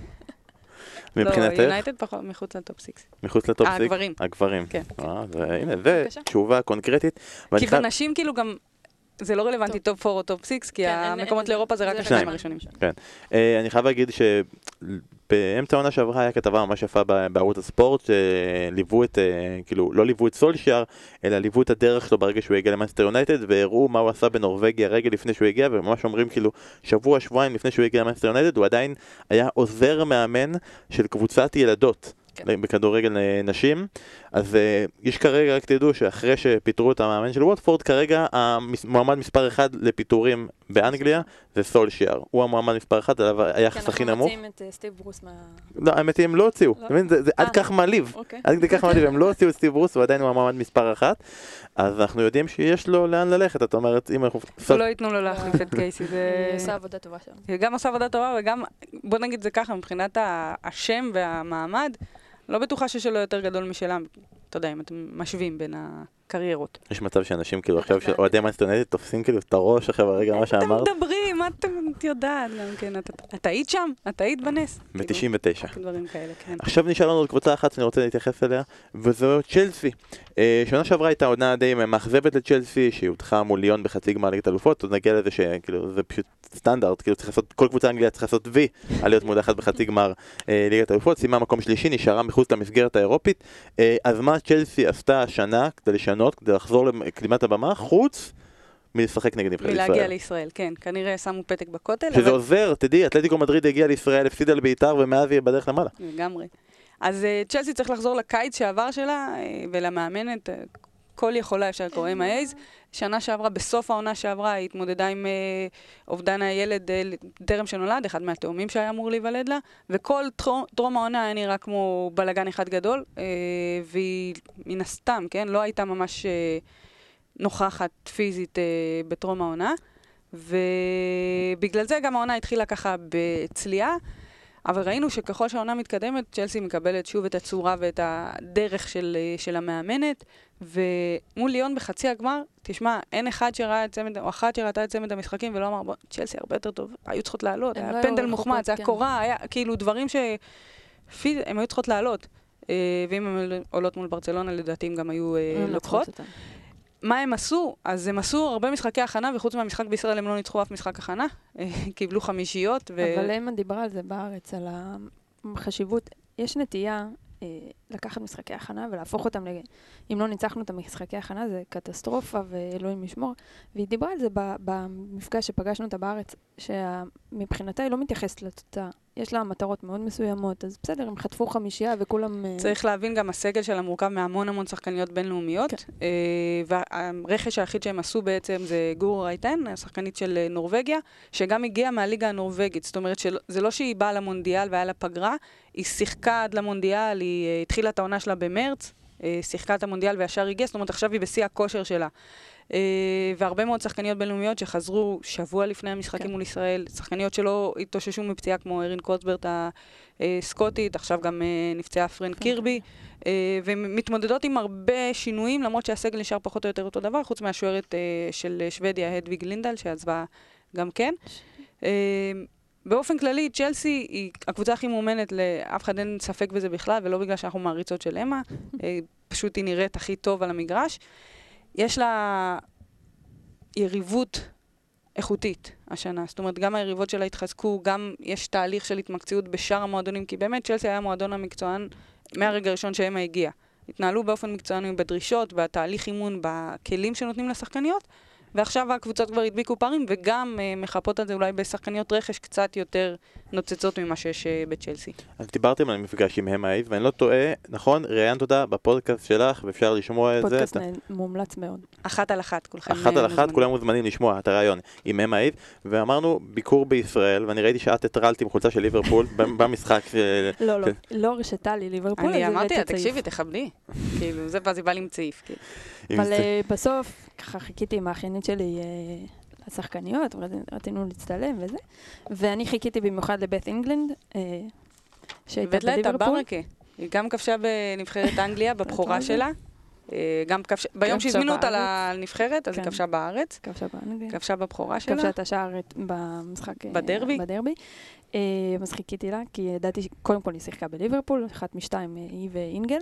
מבחינתך? לא, יונייטד פחות מחוץ לטופ 6. מחוץ לטופ 6? הגברים. הגברים. כן. הנה, זה תשובה קונקרטית. כי בנשים כאילו גם, זה לא רלוונטי טופ 4 או טופ 6, כי המקומות לאירופה זה רק השניים הראשונים. כן. אני חייב להגיד שבאמצע העונה שעברה היה כתבה ממש יפה בערוץ הספורט, שליוו את, כאילו, לא ליוו את סולשיאר, אלא ליוו את הדרך שלו ברגע שהוא הגיע למנצ'סטר יונייטד, והראו מה הוא עשה בנורווגיה רגע לפני שהוא הגיע, וממש אומרים כאילו, שבוע, שבועיים לפני שהוא הגיע למנצ'סטר יונייטד, הוא עדיין היה עוזר מאמן של קבוצת ילדות. בכדורגל נשים, אז יש כרגע, רק תדעו שאחרי שפיטרו את המאמן של ווטפורד, כרגע המועמד מספר 1 לפיטורים באנגליה זה סולשיאר, הוא המועמד מספר 1, עליו היחס הכי נמוך. כן, אנחנו מציעים את סטיב ברוס מה... לא, האמת היא, הם לא הוציאו, זה עד כך מעליב, עד כדי כך מעליב, הם לא הוציאו את סטיב ברוס, ועדיין הוא המועמד מספר 1, אז אנחנו יודעים שיש לו לאן ללכת, את אומרת, אם אנחנו... לא ייתנו לו להחליף את קייסי, זה... היא עושה עבודה טובה שם. היא גם עושה עבודה טובה, וגם, בוא נגיד זה ככה, מבחינת השם והמעמד, לא בטוחה ששלו יותר גדול משלם, אתה יודע, אם אתם משווים בין הקריירות. יש מצב שאנשים כאילו עכשיו, שאוהדי מנצ'סטר יונייטד תופסים כאילו את הראש אחרי הרגע מה שאמרת. אתם מדברים, מה אתם יודעת גם כן, אתה היית שם? אתה היית בנס? ב-99. דברים כאלה, כן. עכשיו נשאר לנו עוד קבוצה אחת שאני רוצה להתייחס אליה, וזו צ'לסי. שנה שעברה הייתה עונה די מאכזבת לצ'לסי, שהיא הודחה מול ליון בחצי גמר ליגת האלופות, עוד נגיע לזה שכאילו זה פשוט סטנדרט, כאילו צריך לעשות, כל קבוצה אנגליה צריך לעשות וי, על להיות מודחת בחצי גמר ליגת האלופות, סיימה מקום שלישי, נשארה מחוץ למסגרת האירופית. אז מה צ'לסי עשתה השנה כדי לשנות, כדי לחזור לקדימת הבמה, חוץ מלשחק נגד נבחרת ישראל? מלהגיע לישראל, כן, כנראה שמו פתק בכותל. שזה עוזר, תדעי, אתלטיקו מדריד הגיע לישראל, הפסידה לבית"ר ומאז היא בדרך למעלה. לגמרי. אז צ'לסי צריך לחזור לקיץ שעבר שלה ולמאמנת, כל יכולה אפשר לקרוא עם האייז, שנה שעברה, בסוף העונה שעברה, היא התמודדה עם אובדן הילד טרם שנולד, אחד מהתאומים שהיה אמור להיוולד לה, וכל טרום העונה היה נראה כמו בלגן אחד גדול, והיא מן הסתם, כן, לא הייתה ממש נוכחת פיזית בטרום העונה, ובגלל זה גם העונה התחילה ככה בצליעה, אבל ראינו שככל שהעונה מתקדמת, צ'לסי מקבלת שוב את הצורה ואת הדרך של המאמנת, ומול ליון בחצי הגמר, תשמע, אין אחד שראה את צמד, או אחת שראתה את צמד המשחקים, ולא אמר, צ'לסי הרבה יותר טוב, היו צריכות לעלות, היה פנדל מוחמץ, היה קורה, היה כאילו דברים הם היו צריכות לעלות. ואם הן עולות מול ברצלונה, לדעתי הם גם היו לוקחות. מה הם עשו? אז הם עשו הרבה משחקי הכנה, וחוץ מהמשחק בישראל הם לא ניצחו אף משחק הכנה, קיבלו 5. אבל אמה דיברה על זה בארץ, על החשיבות. יש נטייה לקחת משחקי הכנה ולהפוך אותם, אם לא ניצחנו את המשחקי הכנה, זה קטסטרופה ואלוהים ישמור. והיא דיברה על זה במפגש שפגשנו אותה בארץ, שמבחינתה היא לא מתייחסת לתוצאה. יש לה מטרות מאוד מסוימות, אז בסדר, הם חטפו 5 וכולם... צריך להבין גם הסגל שלה מורכב מהמון שחקניות בינלאומיות, כן. והרכש היחיד שהם עשו בעצם זה גור רייטן, השחקנית של נורווגיה, שגם הגיעה מהליגה הנורווגית, זאת אומרת שזה לא שהיא באה למונדיאל והיה לה פגרה, היא שיחקה עד למונדיאל, היא התחילה את העונה שלה במרץ, שיחקה את המונדיאל וישר הגיעה, זאת אומרת עכשיו היא בשיא הכושר שלה. והרבה מאוד שחקניות בינלאומיות שחזרו שבוע לפני המשחקים מול ישראל, שחקניות שלא התאוששו מפציעה כמו ארין קורצברט הסקוטית, עכשיו גם נפצעה פרנק קירבי, ומתמודדות עם הרבה שינויים, למרות שהסגל נשאר פחות או יותר אותו דבר, חוץ מהשוערת של שוודיה, הדוויג לינדל, שעזבה גם כן. באופן כללי, צ'לסי היא הקבוצה הכי מאומנת, לאף אחד אין ספק בזה בכלל, ולא בגלל שאנחנו מעריצות של אמה, פשוט היא נראית הכי טוב על המגרש. יש לה יריבות איכותית השנה, זאת אומרת, גם היריבות שלה התחזקו, גם יש תהליך של התמקצעות בשאר המועדונים, כי באמת צ'לסי היה מועדון המקצוען מהרגע הראשון שאמה הגיע. התנהלו באופן מקצועני בדרישות, בתהליך אימון, בכלים שנותנים לשחקניות, ועכשיו הקבוצות כבר הדביקו פערים, וגם מחפות על זה אולי בשחקניות רכש קצת יותר נוצצות ממה שיש בצ'לסי. אז דיברתם על המפגש עם אמה הייז, ואני לא טועה, נכון? ראיינת אותה בפודקאסט שלך, ואפשר לשמוע את זה. פודקאסט מומלץ מאוד. 1 על 1, כולכם 1 על 1, כולם מוזמנים לשמוע את הרעיון עם אמה הייז, ואמרנו ביקור בישראל, ואני ראיתי שאת הטרלת עם חולצה של ליברפול במשחק. לא הרשתה לי ליברפול. אני אמרתי לה, תקשיבי, תכבדי. כאילו, זה בא לי עם צעיף. אבל בסוף, ככה חיכיתי עם האחיינית שלי לשחקניות, רצינו להצטלם וזה, ואני חיכיתי במיוחד לבית אינגלנד, שהייתה בליברפול. היא גם כבשה בנבחרת אנגליה, בבחורה שלה. ביום שהזמינו אותה לנבחרת, אז היא כבשה בארץ. כבשה באנגליה. כבשה בבחורה שלה. כבשה את השער במשחק בדרבי. אז חיכיתי לה, כי ידעתי, קודם כל היא שיחקה בליברפול, 1 מ-2 היא ואינגל.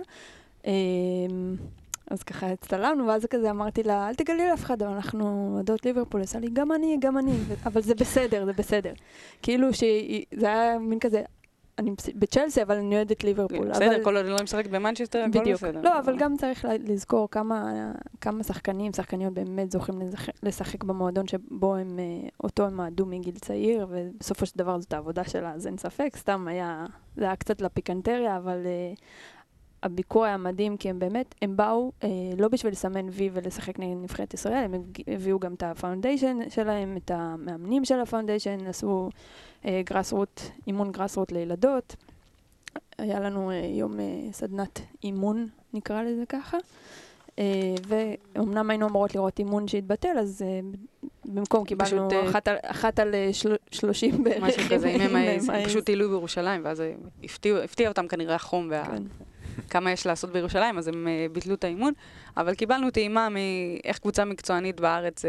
אז ככה הצטלמנו, ואז כזה אמרתי לה, אל תגלי לאף אחד, אבל אנחנו עדות ליברפול, עשה לי גם אני, אבל זה בסדר, זה בסדר. כאילו שזה היה מין כזה, אני בצ'לסי, אבל אני אוהדת ליברפול. בסדר, כל עוד לא משחקת במנצ'סטר, הכל בסדר. לא, אבל גם צריך לזכור כמה שחקניות באמת זוכים לשחק במועדון שבו הם אותו הם מעדו מגיל צעיר, ובסופו של דבר זאת העבודה שלה, אז אין ספק, סתם זה היה קצת לפיקנטריה, אבל... הביקור היה מדהים, כי הם באמת, הם באו לא בשביל לסמן וי ולשחק נגד נבחרת ישראל, הם הביאו גם את הפאונדיישן שלהם, את המאמנים של הפאונדיישן, עשו אימון גרסרוט לילדות. היה לנו יום סדנת אימון, נקרא לזה ככה, ואומנם היינו אמורות לראות אימון שהתבטל, אז במקום קיבלנו 1 על 30 בערך. משהו כזה, הם פשוט עילו בירושלים, ואז הפתיע אותם כנראה החום כמה יש לעשות בירושלים, אז הם ביטלו את האימון, אבל קיבלנו טעימה מאיך קבוצה מקצוענית בארץ,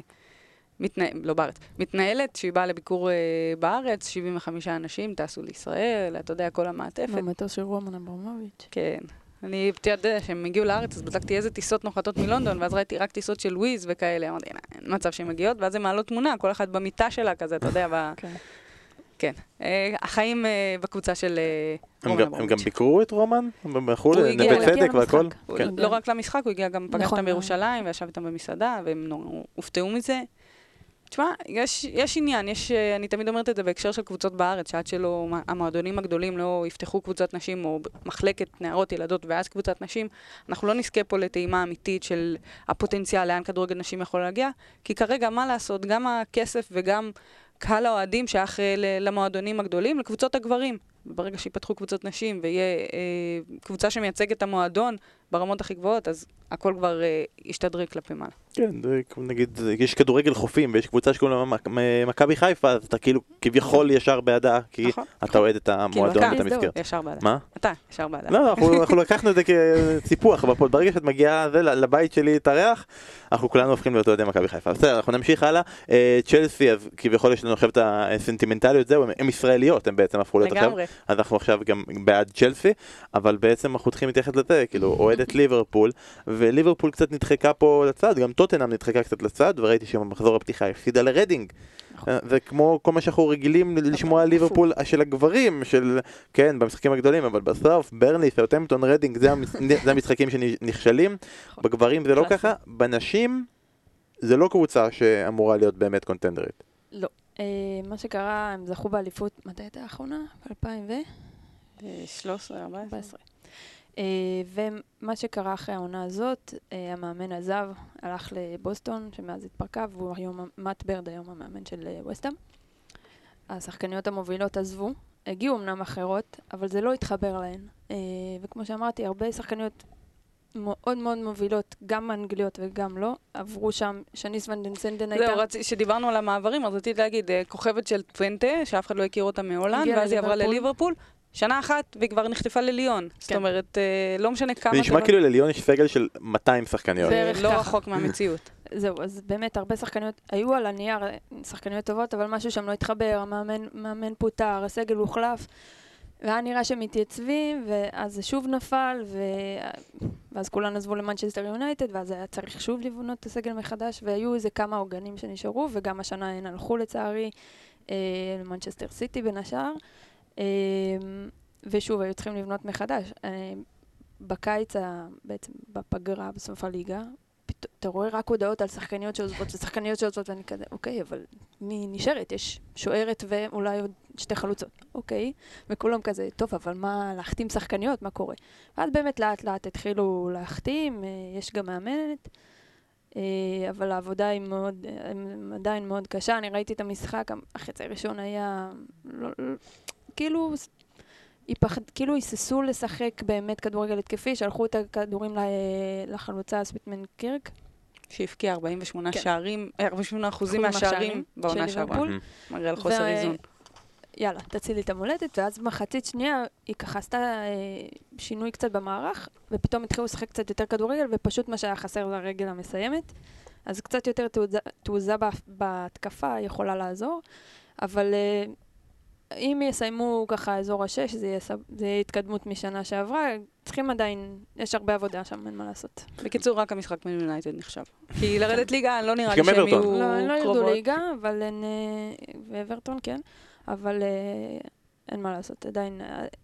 מתנהלת, שהיא באה לביקור בארץ, 75 אנשים טסו לישראל, אתה יודע, כל המעטפת. במטוס של רומן אברמוביץ'. כן. אני יודע שהם הגיעו לארץ, אז בדקתי איזה טיסות נוחתות מלונדון, ואז ראיתי רק טיסות של וויז וכאלה, אמרתי, אין מצב שהן מגיעות, ואז הם מעלות תמונה, כל אחד במיטה שלה כזה, אתה יודע, כן. החיים בקבוצה של רומן אברמוביץ'. הם גם ביקרו את רומן? בחו"ל? נווה צדק והכל? לא רק למשחק, הוא הגיע גם, פגש אותם בירושלים, וישב איתם במסעדה, והם הופתעו מזה. תשמע, יש עניין, אני תמיד אומרת את זה בהקשר של קבוצות בארץ, שעד שלא, המועדונים הגדולים לא יפתחו קבוצת נשים או מחלקת נערות, ילדות ואז קבוצת נשים, אנחנו לא נזכה פה לטעימה אמיתית של הפוטנציאל לאן כדורגל נשים יכול להגיע, כי כרגע מה לעשות, גם הכסף וגם קהל האוהדים שייך למועדונים הגדולים, לקבוצות הגברים. ברגע שיפתחו קבוצות נשים ויהיה קבוצה שמייצגת את המועדון ברמות הכי גבוהות, אז הכל כבר ישתדרג כלפי מעלה. כן, נגיד, יש כדורגל חופים ויש קבוצה שקוראים לה מכבי חיפה, אז אתה כאילו כביכול ישר בעדה, כי אתה אוהד את המועדון ואת המסגרת. ישר בעדה. מה? אתה ישר בעדה. לא, אנחנו לקחנו את זה כסיפוח, אבל ברגע שאת מגיעה לבית שלי להתארח, אנחנו כולנו הופכים להיות אוהדי מכבי חיפה. בסדר, אנחנו נמשיך הלאה. צ'לסי, אז כביכול יש לנו עכשיו את הסנטימנטליות, זהו, הם ישראליות, הם בעצם הפכו להיות עכשיו. אז אנחנו עכשיו גם בעד צ'לסי, אבל בעצם אנחנו צריכים להתייחס לזה, כאילו, אוהדת ליברפול, וליברפול קצת נדחקה פה לצד, גם טוטנהאם נדחקה קצת לצד, וראיתי שבמחזור הפתיחה הפסידה לרדינג. זה כמו כל מה שאנחנו רגילים לשמוע על ליברפול של הגברים, כן, במשחקים הגדולים, אבל בסוף, ברני, סאות'המפטון, רדינג, זה המשחקים שנכשלים. בגברים זה לא ככה, בנשים זה לא קבוצה שאמורה להיות באמת קונטנדרית. לא. מה שקרה, הם זכו באליפות, מתי הייתה האחרונה? ב-2013, 14. ומה שקרה אחרי העונה הזאת, המאמן עזב, הלך לבוסטון, שמאז התפרקה, והוא היום, מאט ברד היום המאמן של ווסטהאם. השחקניות המובילות עזבו, הגיעו אמנם אחרות, אבל זה לא התחבר להן. וכמו שאמרתי, הרבה שחקניות מאוד מאוד מובילות, גם אנגליות וגם לא, עברו שם, שניס ון דן סנדן הייתה... זהו, שדיברנו על המעברים, אז רציתי להגיד, כוכבת של טוונטה, שאף אחד לא הכיר אותה מהולנד, ואז היא עברה לליברפול. שנה אחת, והיא כבר נחטפה לליון. זאת אומרת, לא משנה כמה... ונשמע כאילו לליון יש סגל של 200 שחקניות. זה לא רחוק מהמציאות. זהו, אז באמת הרבה שחקניות, היו על הנייר שחקניות טובות, אבל משהו שם לא התחבר, המאמן פוטר, הסגל הוחלף, והיה נראה שמתייצבים, ואז זה שוב נפל, ואז כולן עזבו למנצ'סטר יונייטד, ואז היה צריך שוב לבנות את הסגל מחדש, והיו איזה כמה עוגנים שנשארו, וגם השנה הן הלכו לצערי למנצ'סטר סיטי בין השאר. ושוב, היו צריכים לבנות מחדש. בקיץ, בעצם בפגרה, בסוף הליגה, אתה רואה רק הודעות על שחקניות שעוזבות, ושחקניות שעוזבות, ואני כזה, אוקיי, אבל מי נשארת? יש שוערת ואולי עוד שתי חלוצות. אוקיי, וכולם כזה, טוב, אבל מה, להחתים שחקניות? מה קורה? ואז באמת לאט לאט התחילו להחתים, יש גם מאמנת, אבל העבודה היא מאוד, עדיין מאוד קשה. אני ראיתי את המשחק, החצי הראשון היה... כאילו היססו לשחק באמת כדורגל התקפי, שלחו את הכדורים לחלוצה ספיטמן קירק. שהפקיע 48 שערים, 48% מהשערים בעונה שעברה. מראה על חוסר איזון. יאללה, תצילי את המולדת, ואז מחצית שנייה היא ככה עשתה שינוי קצת במערך, ופתאום התחילו לשחק קצת יותר כדורגל, ופשוט מה שהיה חסר זה הרגל המסיימת. אז קצת יותר תעוזה בהתקפה יכולה לעזור, אבל... אם יסיימו ככה אזור ה-6, זה יהיה התקדמות משנה שעברה, צריכים עדיין, יש הרבה עבודה שם, אין מה לעשות. בקיצור, רק המשחק מן יונייטד נחשב. כי לרדת ליגה, לא נראה לי שהם יהיו קרובות. לא ירדו ליגה, אבל ואברטון כן, אבל אין מה לעשות, עדיין,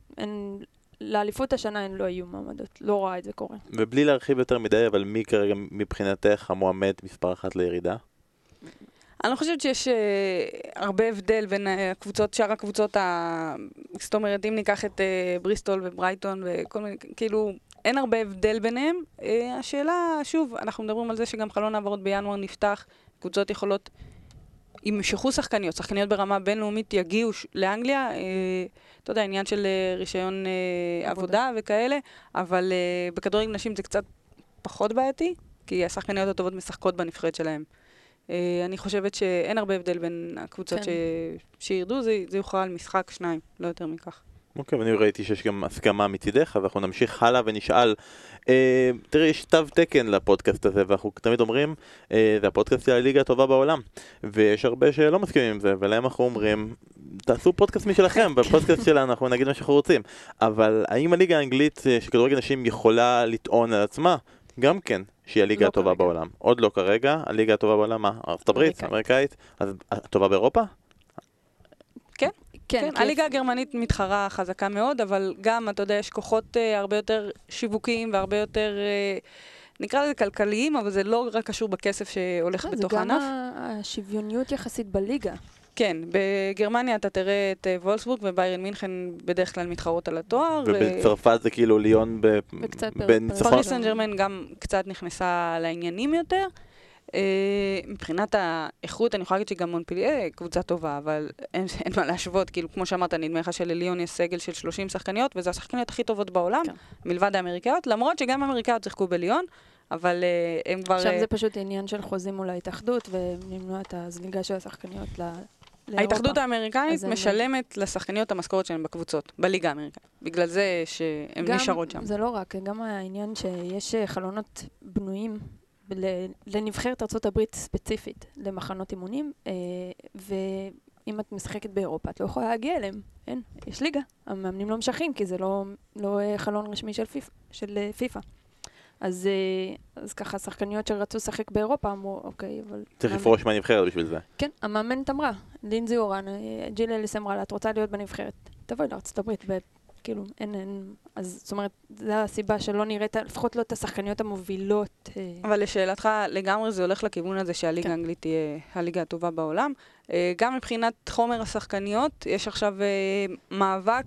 לאליפות השנה הן לא יהיו מעמדות, לא רואה את זה קורה. ובלי להרחיב יותר מדי, אבל מי כרגע מבחינתך המועמד מספר אחת לירידה? אני לא חושבת שיש הרבה הבדל בין הקבוצות, שאר הקבוצות, זאת אומרת, אם ניקח את בריסטול וברייטון וכל מיני, כאילו, אין הרבה הבדל ביניהם. השאלה, שוב, אנחנו מדברים על זה שגם חלון העברות בינואר נפתח, קבוצות יכולות, ימשכו שחקניות ברמה בינלאומית יגיעו לאנגליה, אתה יודע, עניין של רישיון עבודה וכאלה, אבל בכדורגל נשים זה קצת פחות בעייתי, כי השחקניות הטובות משחקות בנבחרת שלהם. אני חושבת שאין הרבה הבדל בין הקבוצות שירדו, זה יוכרע על משחק 2, לא יותר מכך. אוקיי, ואני ראיתי שיש גם הסכמה מצידך, ואנחנו נמשיך הלאה ונשאל. תראה, יש תו תקן לפודקאסט הזה, ואנחנו תמיד אומרים, זה הפודקאסט של הליגה הטובה בעולם, ויש הרבה שלא מסכימים עם זה, ולהם אנחנו אומרים, תעשו פודקאסט משלכם, בפודקאסט שלנו אנחנו נגיד מה שאנחנו רוצים, אבל האם הליגה האנגלית שכדורגל נשים יכולה לטעון על עצמה? גם כן, שהיא הליגה הטובה בעולם. עוד לא כרגע, הליגה הטובה בעולם, מה? ארצות הברית, אמריקאית, אז הטובה באירופה? כן, כן. הליגה הגרמנית מתחרה חזקה מאוד, אבל גם, אתה יודע, יש כוחות הרבה יותר שיווקיים והרבה יותר נקרא לזה כלכליים, אבל זה לא רק קשור בכסף שהולך בתוך הענף. זה גם השוויוניות יחסית בליגה. כן, בגרמניה אתה תראה את וולסבורג וביירן מינכן בדרך כלל מתחרות על התואר. ובצרפת זה כאילו ליון בניצחון. פריס סן ז'רמן גם קצת נכנסה לעניינים יותר. מבחינת האיכות, אני יכולה להגיד שגם מונפליה קבוצה טובה, אבל אין מה להשוות, כאילו כמו שאמרת, נדמה לך שלליון יש סגל של 30 שחקניות, וזה השחקניות הכי טובות בעולם, מלבד האמריקאיות, למרות שגם האמריקאיות שיחקו בליון, אבל הם כבר... עכשיו זה פשוט עניין של חוזים מול ההתאחדות, ולמנוע את הזליגה של השחקניות לאירופה. ההתאחדות האמריקאית משלמת לשחקניות המשכורת שלהם בקבוצות, בליגה האמריקאית. בגלל זה שהן נשארות שם. זה לא רק, גם העניין שיש חלונות בנויים לנבחרת ארצות הברית ספציפית, למחנות אימונים, ואם את משחקת באירופה, את לא יכולה להגיע אליהם. אין, יש ליגה. המאמנים לא משחקים, כי זה לא חלון רשמי של פיפה. אז ככה, שחקניות שרצו לשחק באירופה אמרו, אוקיי, אבל... צריך לפרוש מהנבחרת בשביל זה. כן, המאמנת אמרה, לינזי אורן, ג'יל אליס אמרה לה, את רוצה להיות בנבחרת, תבואי לארצות הברית, וכאילו, אין... אז זאת אומרת, זו הסיבה שלא נראית, לפחות לא את השחקניות המובילות. אבל לשאלתך, לגמרי זה הולך לכיוון הזה שהליגה האנגלית תהיה הליגה הטובה בעולם. גם מבחינת חומר השחקניות, יש עכשיו מאבק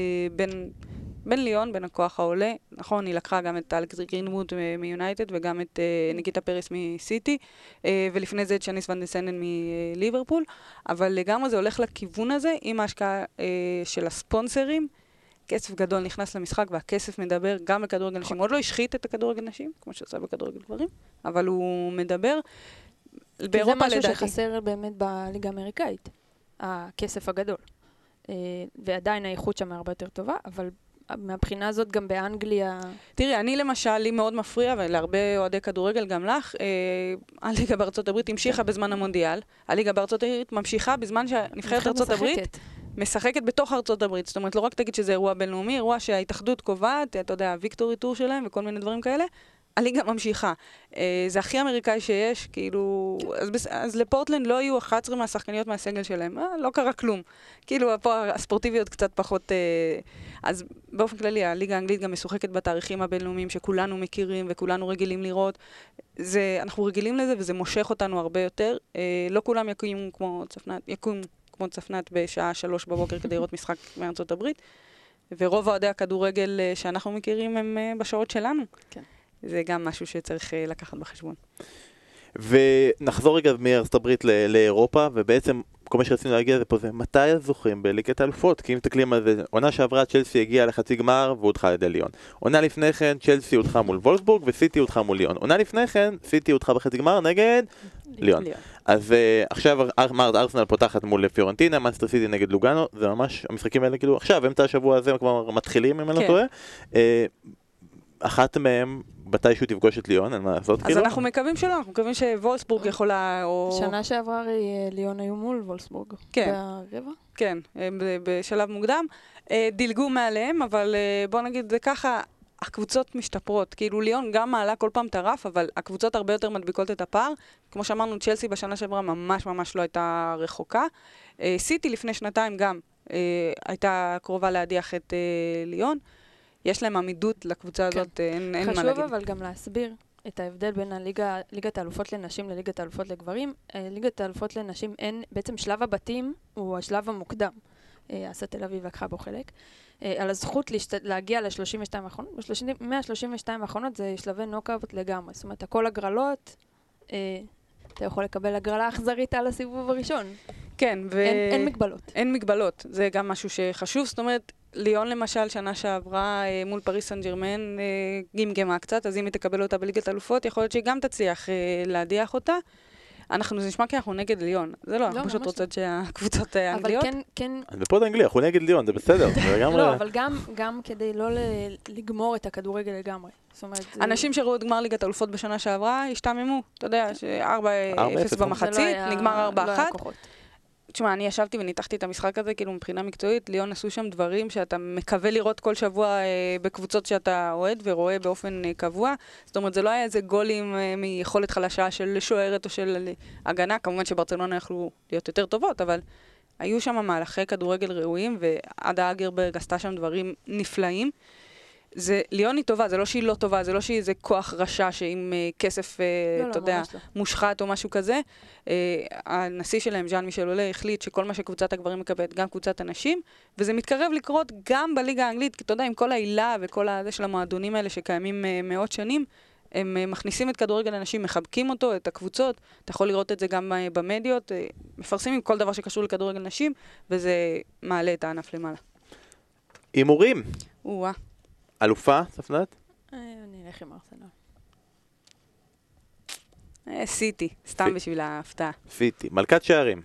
בין ליון, בין הכוח העולה. נכון, היא לקחה גם את אלכס גרינווד מיונייטד וגם את ניקיטה פריס מסיטי, ולפני זה את שניס ון דה סנדן מליברפול, אבל לגמרי זה הולך לכיוון הזה עם ההשקעה של הספונסרים. כסף גדול נכנס למשחק, והכסף מדבר גם בכדורגל נשים. הוא עוד לא השחית את הכדורגל נשים, כמו שעשה בכדורגל גברים, אבל הוא מדבר באירופה לדעתי. זה משהו שחסר באמת בליגה האמריקאית, הכסף הגדול. ועדיין האיכות שם הרבה יותר טובה, אבל מהבחינה הזאת גם באנגליה... תראי, אני למשל, לי מאוד מפריע, ולהרבה אוהדי כדורגל גם לך, הליגה בארצות הברית המשיכה בזמן המונדיאל, הליגה בארצות הברית ממשיכה בזמן שנבחרת ארצות הברית משחקת בתוך ארצות הברית. זאת אומרת, לא רק תגיד שזה אירוע בינלאומי, אירוע שההתאחדות קובעת, אתה יודע, הוויקטורי טור שלהם וכל מיני דברים כאלה, הליגה ממשיכה. זה הכי אמריקאי שיש, כאילו... אז לפורטלנד לא היו 11 מהשחקניות מהסגל שלהם, לא קרה כלום. כאילו, פה הספורטיביות קצת פחות... אז באופן כללי, הליגה האנגלית גם משוחקת בתאריכים הבינלאומיים שכולנו מכירים וכולנו רגילים לראות. אנחנו רגילים לזה וזה מושך אותנו הרבה יותר. לא כולם יקומו כמו צפנת בשעה 3 בבוקר כדי לראות משחק מארצות הברית, ורוב אוהדי הכדורגל שאנחנו מכירים הם בשעות שלנו. כן. זה גם משהו שצריך לקחת בחשבון. ונחזור רגע מארצות הברית לאירופה, ובעצם כל מה שרצינו להגיע זה פה זה מתי הזוכים בליגת האלופות, כי אם תקלים על זה, עונה שעברה צ'לסי הגיעה לחצי גמר והודחה על ידי ליון. עונה לפני כן צ'לסי הודחה מול וולסבורג וסיטי הודחה מול ליון. עונה לפני כן סיטי הודחה בחצי גמר נגד ליון. אז עכשיו ארסנל פותחת מול פיורנטינה, מנסטר סיטי נגד לוגאנו, זה ממש, המשחקים האלה כאילו עכשיו, אמצע השבוע הזה כבר מתחילים אם אני לא טועה. אחת מהם מתישהו תפגוש את ליון, אין מה לעשות כאילו? אז אנחנו מקווים שלא, אנחנו מקווים שוולסבורג יכולה, או... שנה שעברה ליון היו מול וולסבורג. כן. ברבע? כן, בשלב מוקדם. דילגו מעליהם, אבל בוא נגיד זה ככה, הקבוצות משתפרות. כאילו ליון גם מעלה כל פעם טרף, אבל הקבוצות הרבה יותר מדביקות את הפער. כמו שאמרנו, צ'לסי בשנה שעברה ממש לא הייתה רחוקה. סיטי לפני שנתיים גם הייתה קרובה להדיח את ליון. יש להם עמידות לקבוצה הזאת, אין מה להגיד. חשוב אבל גם להסביר את ההבדל בין ליגת האלופות לנשים לליגת האלופות לגברים. ליגת האלופות לנשים, בעצם שלב הבתים הוא השלב המוקדם. עשה תל אביב לקחה בו חלק. על הזכות להגיע ל-32 האחרונות. 132 האחרונות זה שלבי נוקאוט לגמרי. זאת אומרת, הכל הגרלות, אתה יכול לקבל הגרלה אכזרית על הסיבוב הראשון. כן, אין מגבלות. אין מגבלות, זה גם משהו שחשוב. זאת אומרת, ליון למשל שנה שעברה מול פריס סן ז'רמן גמגמה קצת, אז אם היא תקבל אותה בליגת אלופות, יכול להיות שהיא גם תצליח להדיח אותה. זה נשמע כי אנחנו נגד ליון. זה לא, אנחנו פשוט רוצות שהקבוצות האנגליות. אבל כן... אז בפוד האנגליה, אנחנו נגד ליון, זה בסדר. לא, אבל גם כדי לא לגמור את הכדורגל לגמרי. אנשים שראו את גמר ליגת האלופות בשנה שעברה, השתעממו. אתה יודע, ש4-0 במחצית, נגמר 4-1. תשמע, אני ישבתי וניתחתי את המשחק הזה, כאילו מבחינה מקצועית, ליון עשו שם דברים שאתה מקווה לראות כל שבוע בקבוצות שאתה אוהד ורואה באופן קבוע. זאת אומרת, זה לא היה איזה גולים מיכולת חלשה של שוערת או של הגנה, כמובן שברצלונה יכלו להיות יותר טובות, אבל היו שם מהלכי כדורגל ראויים, ועדה אגרברג עשתה שם דברים נפלאים. ליון היא טובה, זה לא שהיא לא טובה, זה לא שהיא איזה כוח רשע שעם כסף, אתה יודע, מושחת או משהו כזה. הנשיא שלהם, ז'אן מישל אולה, החליט שכל מה שקבוצת הגברים מקבלת, גם קבוצת הנשים, וזה מתקרב לקרות גם בליגה האנגלית, כי אתה יודע, עם כל העילה וכל הזה של המועדונים האלה שקיימים מאות שנים, הם מכניסים את כדורגל הנשים, מחבקים אותו, את הקבוצות, אתה יכול לראות את זה גם במדיות, מפרסמים כל דבר שקשור לכדורגל נשים, וזה מעלה את הענף למעלה. הימורים. אלופה, ספנת? אני אלך עם ארסנל. סיטי, סתם בשביל ההפתעה. סיטי, מלכת שערים.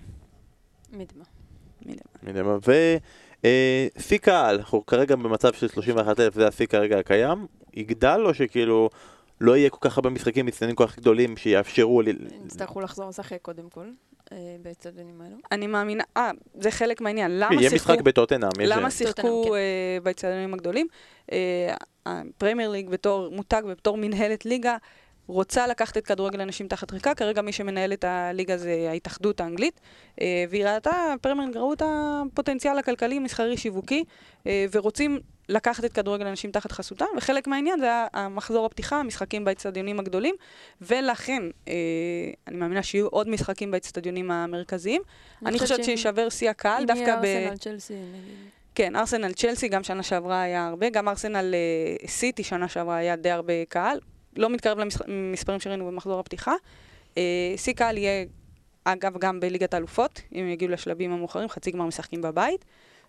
מדמה. ושיא קהל, אנחנו כרגע במצב של 31,000, זה השיא כרגע הקיים, יגדל או שכאילו לא יהיה כל כך הרבה משחקים מצטיינים כל כך גדולים שיאפשרו יצטרכו לחזור לשחק קודם כל, באצטדיונים האלו. אני מאמינה, זה חלק מהעניין. יהיה משחק בטוטנהאם. למה שיחקו באצטדיונים הגדולים? הפרמייר ליג בתור מותג ובתור מנהלת ליגה, רוצה לקחת את כדורגל הנשים תחת ריקה, כרגע מי שמנהל את הליגה זה ההתאחדות האנגלית, והיא ראתה, פרמייר ליג ראו את הפוטנציאל הכלכלי, מסחרי, שיווקי, ורוצים לקחת את כדורגל הנשים תחת חסותם, וחלק מהעניין זה המחזור הפתיחה, המשחקים באצטדיונים הגדולים, ולכן אני מאמינה שיהיו עוד משחקים באצטדיונים המרכזיים. אני חושבת שישבר שיא הקהל, דווקא ארסנל צ'לסי, כן, ארסנל צ'לסי, גם שנה שעברה היה הרבה, גם ארסנל סיטי שנה שעברה היה די הרבה קהל, לא מתקרב למספרים שראינו במחזור הפתיחה. שיא קהל יהיה, אגב, גם בליגת האלופות, אם יגיעו לשלבים המאוחרים, חצי גמר משחקים בבית,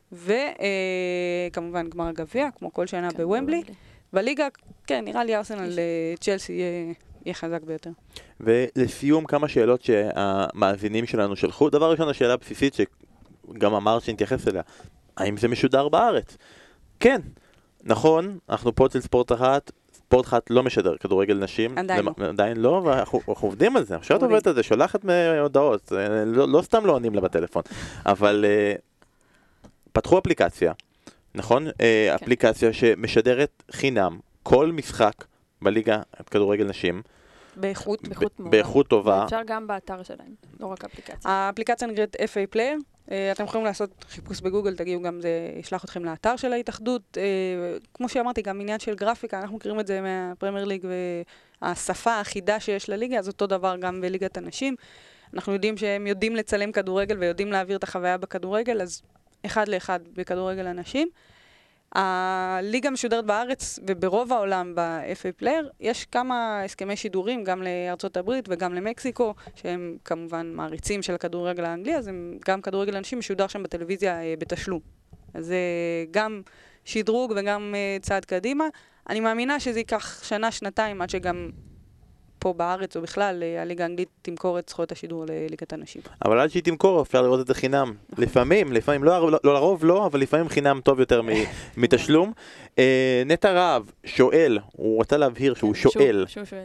וכמובן גמר הגביע, כמו כל שנה בוומבלי. בליגה, כן, נראה לי ארסנל צ'לסי יהיה חזק ביותר. ולסיום, כמה שאלות שהמאזינים שלנו שלחו. דבר ראשון, השאלה הבסיסית שגם אמרת שנתייחס אליה, האם זה משודר בארץ? כן, נכון, אנחנו פה אצל ספורט אחת, ספורט אחת לא משדר כדורגל נשים. עדיין לא, ואנחנו עובדים על זה. עכשיו את עובדת על זה, שולחת מהודעות, לא סתם לא עונים לה בטלפון. אבל פתחו אפליקציה, נכון? אפליקציה שמשדרת חינם כל משחק בליגה כדורגל נשים. באיכות טובה. אפשר גם באתר שלהם, לא רק אפליקציה. האפליקציה נקראת FA Player. אתם יכולים לעשות חיפוש בגוגל, תגיעו גם זה ישלח אתכם לאתר של ההתאחדות. כמו שאמרתי, גם עניין של גרפיקה, אנחנו מכירים את זה מהפרמייר ליג, והשפה האחידה שיש לליגה, אז אותו דבר גם בליגת הנשים. אנחנו יודעים שהם יודעים לצלם כדורגל ויודעים להעביר את החוויה בכדורגל, אז אחד לאחד בכדורגל הנשים. הליגה משודרת בארץ וברוב העולם ב-FA Player, יש כמה הסכמי שידורים גם לארצות הברית וגם למקסיקו, שהם כמובן מעריצים של הכדורגל האנגלי, אז הם גם כדורגל אנשים משודר שם בטלוויזיה בתשלום. אז זה גם שדרוג וגם צעד קדימה. אני מאמינה שזה ייקח שנה, שנתיים, עד שגם פה בארץ או בכלל, הליגה האנגלית תמכור את זכויות השידור לליגת הנשים. אבל עד שהיא תמכור, אפשר לראות את זה חינם. לפעמים, לא לרוב לא, אבל לפעמים חינם טוב יותר מתשלום. נטע רהב שואל, הוא רוצה להבהיר שהוא שואל,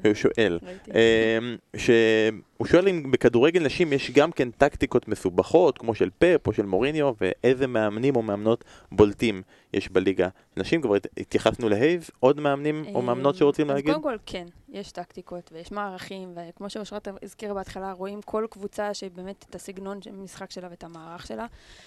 הוא שואל אם בכדורגל נשים יש גם כן טקטיקות מסובכות, כמו של פפ או של מוריניו, ואיזה מאמנים או מאמנות בולטים יש בליגה. נשים, כבר התייחסנו להייב, עוד מאמנים או מאמנות שרוצים להגיד? אז קודם כל כן, יש טקטיקות ויש מערכים, וכמו שאושרת הזכירה בהתחלה, רואים כל קבוצה שבאמת את הסגנון של המשחק שלה ואת המערך שלה.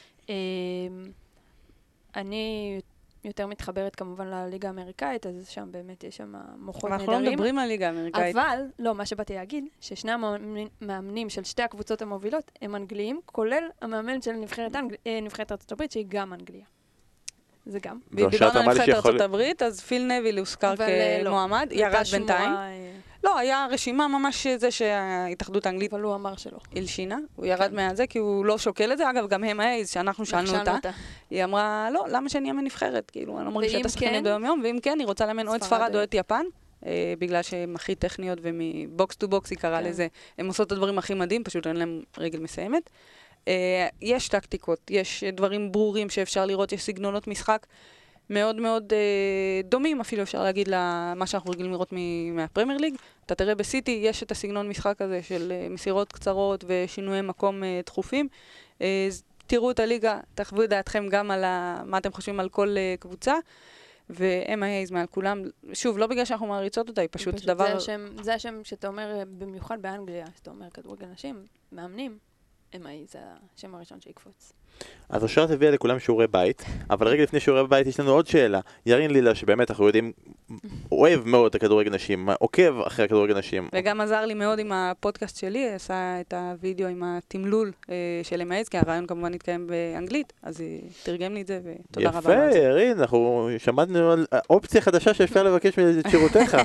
אני יותר מתחברת כמובן לליגה האמריקאית, אז שם באמת יש שם מוחות נהדרים. אנחנו לא מדברים על ליגה האמריקאית. אבל, לא, מה שבאתי להגיד, ששני המאמנים של שתי הקבוצות המובילות הם אנגליים, כולל המאמן של נבחרת ארצות הברית, שהיא גם אנגליה. זה גם. דיברנו על נבחרת ארצות הברית, אז פיל נביל הוזכר כמועמד, ירד בינתיים. לא, היה רשימה ממש זה שההתאחדות האנגלית... אבל הוא אמר שלא. הלשינה, הוא ירד מהזה כי הוא לא שוקל את זה. אגב, גם הם האיז, שאנחנו שאלנו אותה. היא אמרה, לא, למה שאני אאמן נבחרת? כאילו, אני לא מרגישה את השחקנים ביום יום, ואם כן, היא רוצה לאמן או את ספרד או את יפן, בגלל שהן הכי טכניות ומבוקס טו בוקס היא קראה לזה. הן עושות את הדברים הכי מדהים, פשוט אין להם רגל מסיימת. יש טקטיקות, יש דברים ברורים שאפשר לראות, יש סגנונות משחק מאוד מאוד דומים, אפילו אפשר להגיד למה שאנחנו רגילים לראות מהפרמייר ליג. אתה תראה בסיטי, יש את הסגנון משחק הזה של מסירות קצרות ושינויי מקום תכופים. תראו את הליגה, תחוו את דעתכם גם על מה אתם חושבים על כל קבוצה, ו-MIA מעל כולם. שוב, לא בגלל שאנחנו מעריצות אותה, היא פשוט דבר... זה השם שאתה אומר, במיוחד באנגליה, שאתה אומר כדורגל נשים, מאמנים. MI זה השם הראשון שיקפוץ. אז אושרת הביאה לכולם שיעורי בית, אבל רגע לפני שיעורי בית יש לנו עוד שאלה. ירין לילה, שבאמת אנחנו יודעים, אוהב מאוד את הכדורגל נשים, עוקב אחרי הכדורגל נשים. וגם עזר לי מאוד עם הפודקאסט שלי, עשה את הוידאו עם התמלול של MIS, כי הרעיון כמובן התקיים באנגלית, אז תרגם לי את זה, ותודה רבה. יפה, ירין, אנחנו שמענו על אופציה חדשה שאפשר לבקש את שירותיך.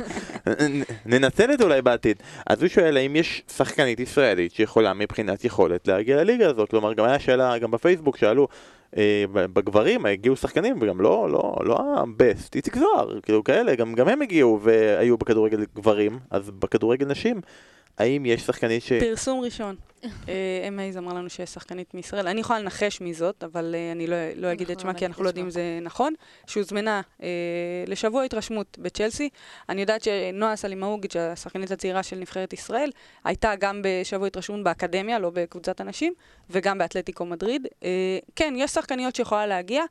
ננצל את אולי בעתיד. אז הוא שואל, האם יש שחקנית ישראלית שיכולה מבחינת יכולת להגיע לליגה הזאת? כלומר, גם היה שאלה, גם בפייסבוק שאלו, בגברים הגיעו שחקנים, וגם לא הבסט, איציק זוהר, כאילו כאלה, גם הם הגיעו והיו בכדורגל גברים, אז בכדורגל נשים, האם יש שחקנית פרסום ראשון. MIS אמרה לנו שיש שחקנית מישראל. אני יכולה לנחש מי זאת, אבל אני לא אגיד את שמה, כי אנחנו לא יודעים אם זה נכון. שהוזמנה לשבוע התרשמות בצ'לסי. אני יודעת שנועה סלימאוגיץ', השחקנית הצעירה של נבחרת ישראל, הייתה גם בשבוע התרשמות באקדמיה, לא בקבוצת הנשים, וגם באתלטיקו מדריד. כן, יש שחקניות שיכולה להגיע.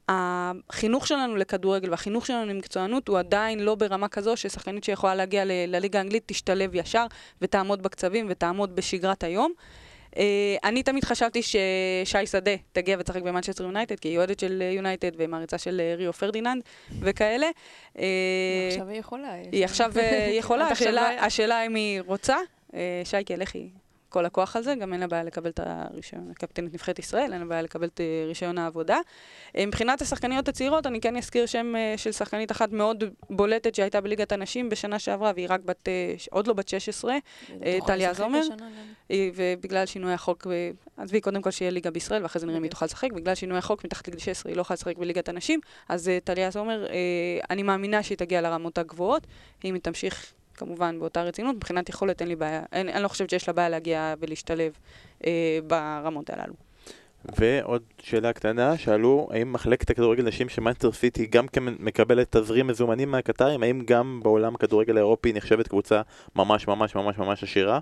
החינוך שלנו לכדורגל והחינוך שלנו למקצוענות הוא עדיין לא ברמה כזו ששחקנית שיכולה להגיע לליגה האנגלית תשתלב ישר ותעמוד בקצבים ותעמוד בשגרת היום. אני תמיד חשבתי ששי שדה תגיע וצחק במנצ'סטר יונייטד, כי היא יועדת של יונייטד ומעריצה של ריו פרדיננד וכאלה. עכשיו היא יכולה. היא עכשיו יכולה, השאלה אם היא רוצה. שייקה, לכי. כל הכוח על זה, גם אין לה בעיה לקבל את הרישיון, קפטנית נבחרת ישראל, אין לה בעיה לקבל את רישיון העבודה. מבחינת השחקניות הצעירות, אני כן אזכיר שם של שחקנית אחת מאוד בולטת שהייתה בליגת הנשים בשנה שעברה, והיא רק עוד לא בת 16, טליה זומר. ובגלל שינוי החוק, עזבי קודם כל שיהיה ליגה בישראל, ואחרי זה נראה מי תוכל לשחק, בגלל שינוי החוק מתחת לגיל 16, היא לא יכולה לשחק בליגת הנשים, אז טליה זומר, אני מאמינה שהיא תגיע לרמות הגבוהות, אם היא תמשיך כמובן באותה רצינות, מבחינת יכולת אין לי בעיה, אני לא חושבת שיש לה בעיה להגיע ולהשתלב ברמות הללו. ועוד שאלה קטנה, שאלו, האם מחלקת הכדורגל נשים של מנצ'סטר סיטי גם מקבלת תזרים מזומנים מהקטרים, האם גם בעולם הכדורגל האירופי נחשבת קבוצה ממש ממש ממש ממש עשירה?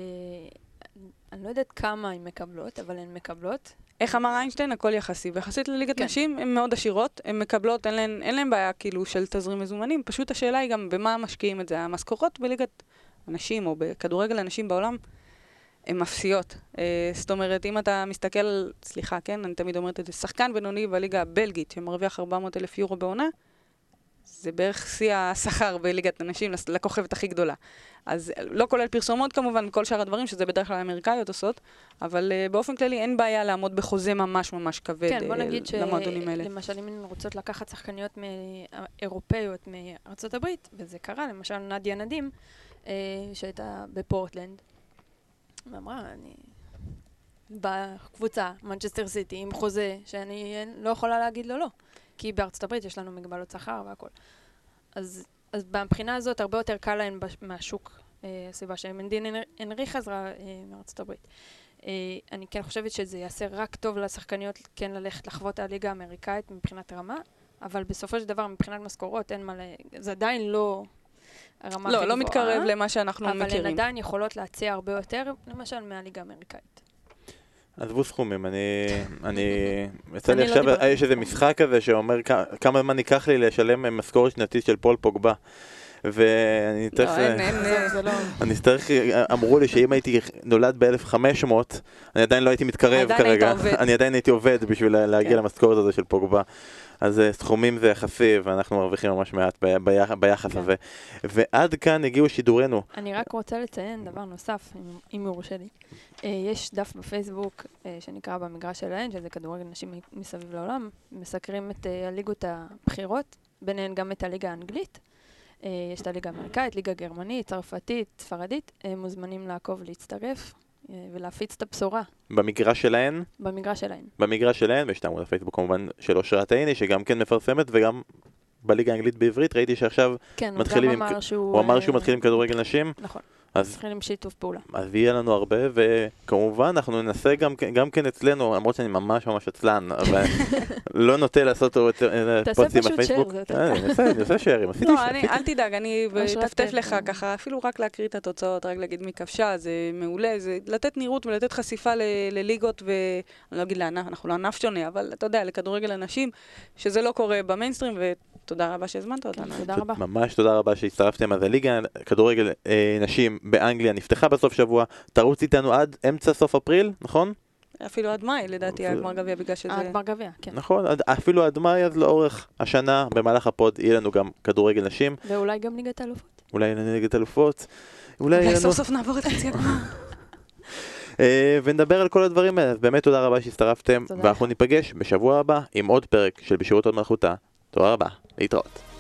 אני לא יודעת כמה הן מקבלות, אבל הן מקבלות. איך אמר איינשטיין? הכל יחסי. ויחסית לליגת נשים, הן מאוד עשירות, הן מקבלות, אין להן בעיה כאילו של תזרים מזומנים, פשוט השאלה היא גם במה משקיעים את זה. המשכורות בליגת הנשים או בכדורגל הנשים בעולם, הן אפסיות. זאת אומרת, אם אתה מסתכל, סליחה, כן, אני תמיד אומרת את זה, שחקן בינוני בליגה הבלגית שמרוויח 400,000 יורו בעונה, זה בערך שיא השכר בליגת הנשים לכוכבת הכי גדולה. אז לא כולל פרסומות כמובן, כל שאר הדברים, שזה בדרך כלל האמריקאיות עושות, אבל באופן כללי אין בעיה לעמוד בחוזה ממש ממש כבד למועדונים האלה. כן, בוא נגיד שלמשל אם רוצות לקחת שחקניות אירופאיות מארצות הברית, וזה קרה, למשל נדיה נדים, שהייתה בפורטלנד, ואמרה, אני בקבוצה, מנצ'סטר סיטי, עם חוזה, שאני לא יכולה להגיד לו לא. כי בארצות הברית יש לנו מגבלות שכר והכל. אז מבחינה הזאת הרבה יותר קל להן מהשוק, הסיבה שמנדין אנרי חזרה מארצות הברית. אני כן חושבת שזה יעשה רק טוב לשחקניות כן ללכת לחוות הליגה האמריקאית מבחינת רמה, אבל בסופו של דבר מבחינת משכורות אין מה זה עדיין לא הרמה הכי גבוהה. לא מתקרב למה שאנחנו מכירים. אבל הן עדיין יכולות להציע הרבה יותר, למשל מהליגה האמריקאית. עזבו סכומים, אני יצא לי עכשיו, יש איזה משחק כזה שאומר כמה זמן ייקח לי לשלם משכורת שנתית של פול פוגבה. ואני צריך, אמרו לי שאם הייתי נולד ב-1500, אני עדיין לא הייתי מתקרב כרגע. אני עדיין הייתי עובד בשביל להגיע למשכורת הזה של פוגבה. אז סכומים זה יחסי, ואנחנו מרוויחים ממש מעט ביחס הזה. ועד כאן הגיעו שידורנו. אני רק רוצה לציין דבר נוסף, אם יורשה לי. יש דף בפייסבוק שנקרא במגרש שלהן, שזה כדורגל נשים מסביב לעולם, מסקרים את הליגות הבחירות, ביניהן גם את הליגה האנגלית. יש את הליגה האמריקאית, ליגה גרמנית, צרפתית, ספרדית. הם מוזמנים לעקוב, להצטרף ולהפיץ את הבשורה. במגרש שלהן? במגרש שלהן. במגרש שלהן, ויש את עמוד הפייסבוק כמובן של אושרת עיני, שגם כן מפרסמת, וגם בליגה האנגלית בעברית, ראיתי שעכשיו מתחילים עם... הוא אמר שהוא מתחיל עם כדורגל נשים. נכון. מתחיל עם שיתוף פעולה. אז יהיה לנו הרבה, וכמובן אנחנו ננסה גם כן אצלנו, למרות שאני ממש ממש עצלן, אבל לא נוטה לעשות פוסטים בפייסבוק. אני עושה שיירים. לא, אל תדאג, אני אטפטף לך ככה, אפילו רק להקריא את התוצאות, רק להגיד מי כבשה, זה מעולה, זה לתת נראות ולתת חשיפה לליגות, ואני לא אגיד לענף, אנחנו לא ענף שונה, אבל אתה יודע, לכדורגל אנשים, שזה לא קורה במיינסטרים, ותודה רבה שהזמנת אותנו. תודה רבה. ממש תודה רבה שהצטרפתם. אז הליגה כדורגל נשים באנגליה נפתחה בסוף שבוע, תרוץ איתנו עד אמצע סוף אפריל, נכון? אפילו עד מאי, לדעתי, הגמר גביע, בגלל שזה... הגמר גביע, כן. נכון, אפילו עד מאי, אז לאורך השנה, במהלך הפוד, יהיה לנו גם כדורגל נשים. ואולי גם ליגת האלופות. אולי ליגת האלופות. אולי סוף סוף נעבור את חצי הגמר. ונדבר על כל הדברים האלה. באמת תודה רבה שהצטרפתם, ואנחנו ניפגש בשבוע הבא עם עוד פרק של בשירות הוד מלכותה. תודה רבה, להתראות.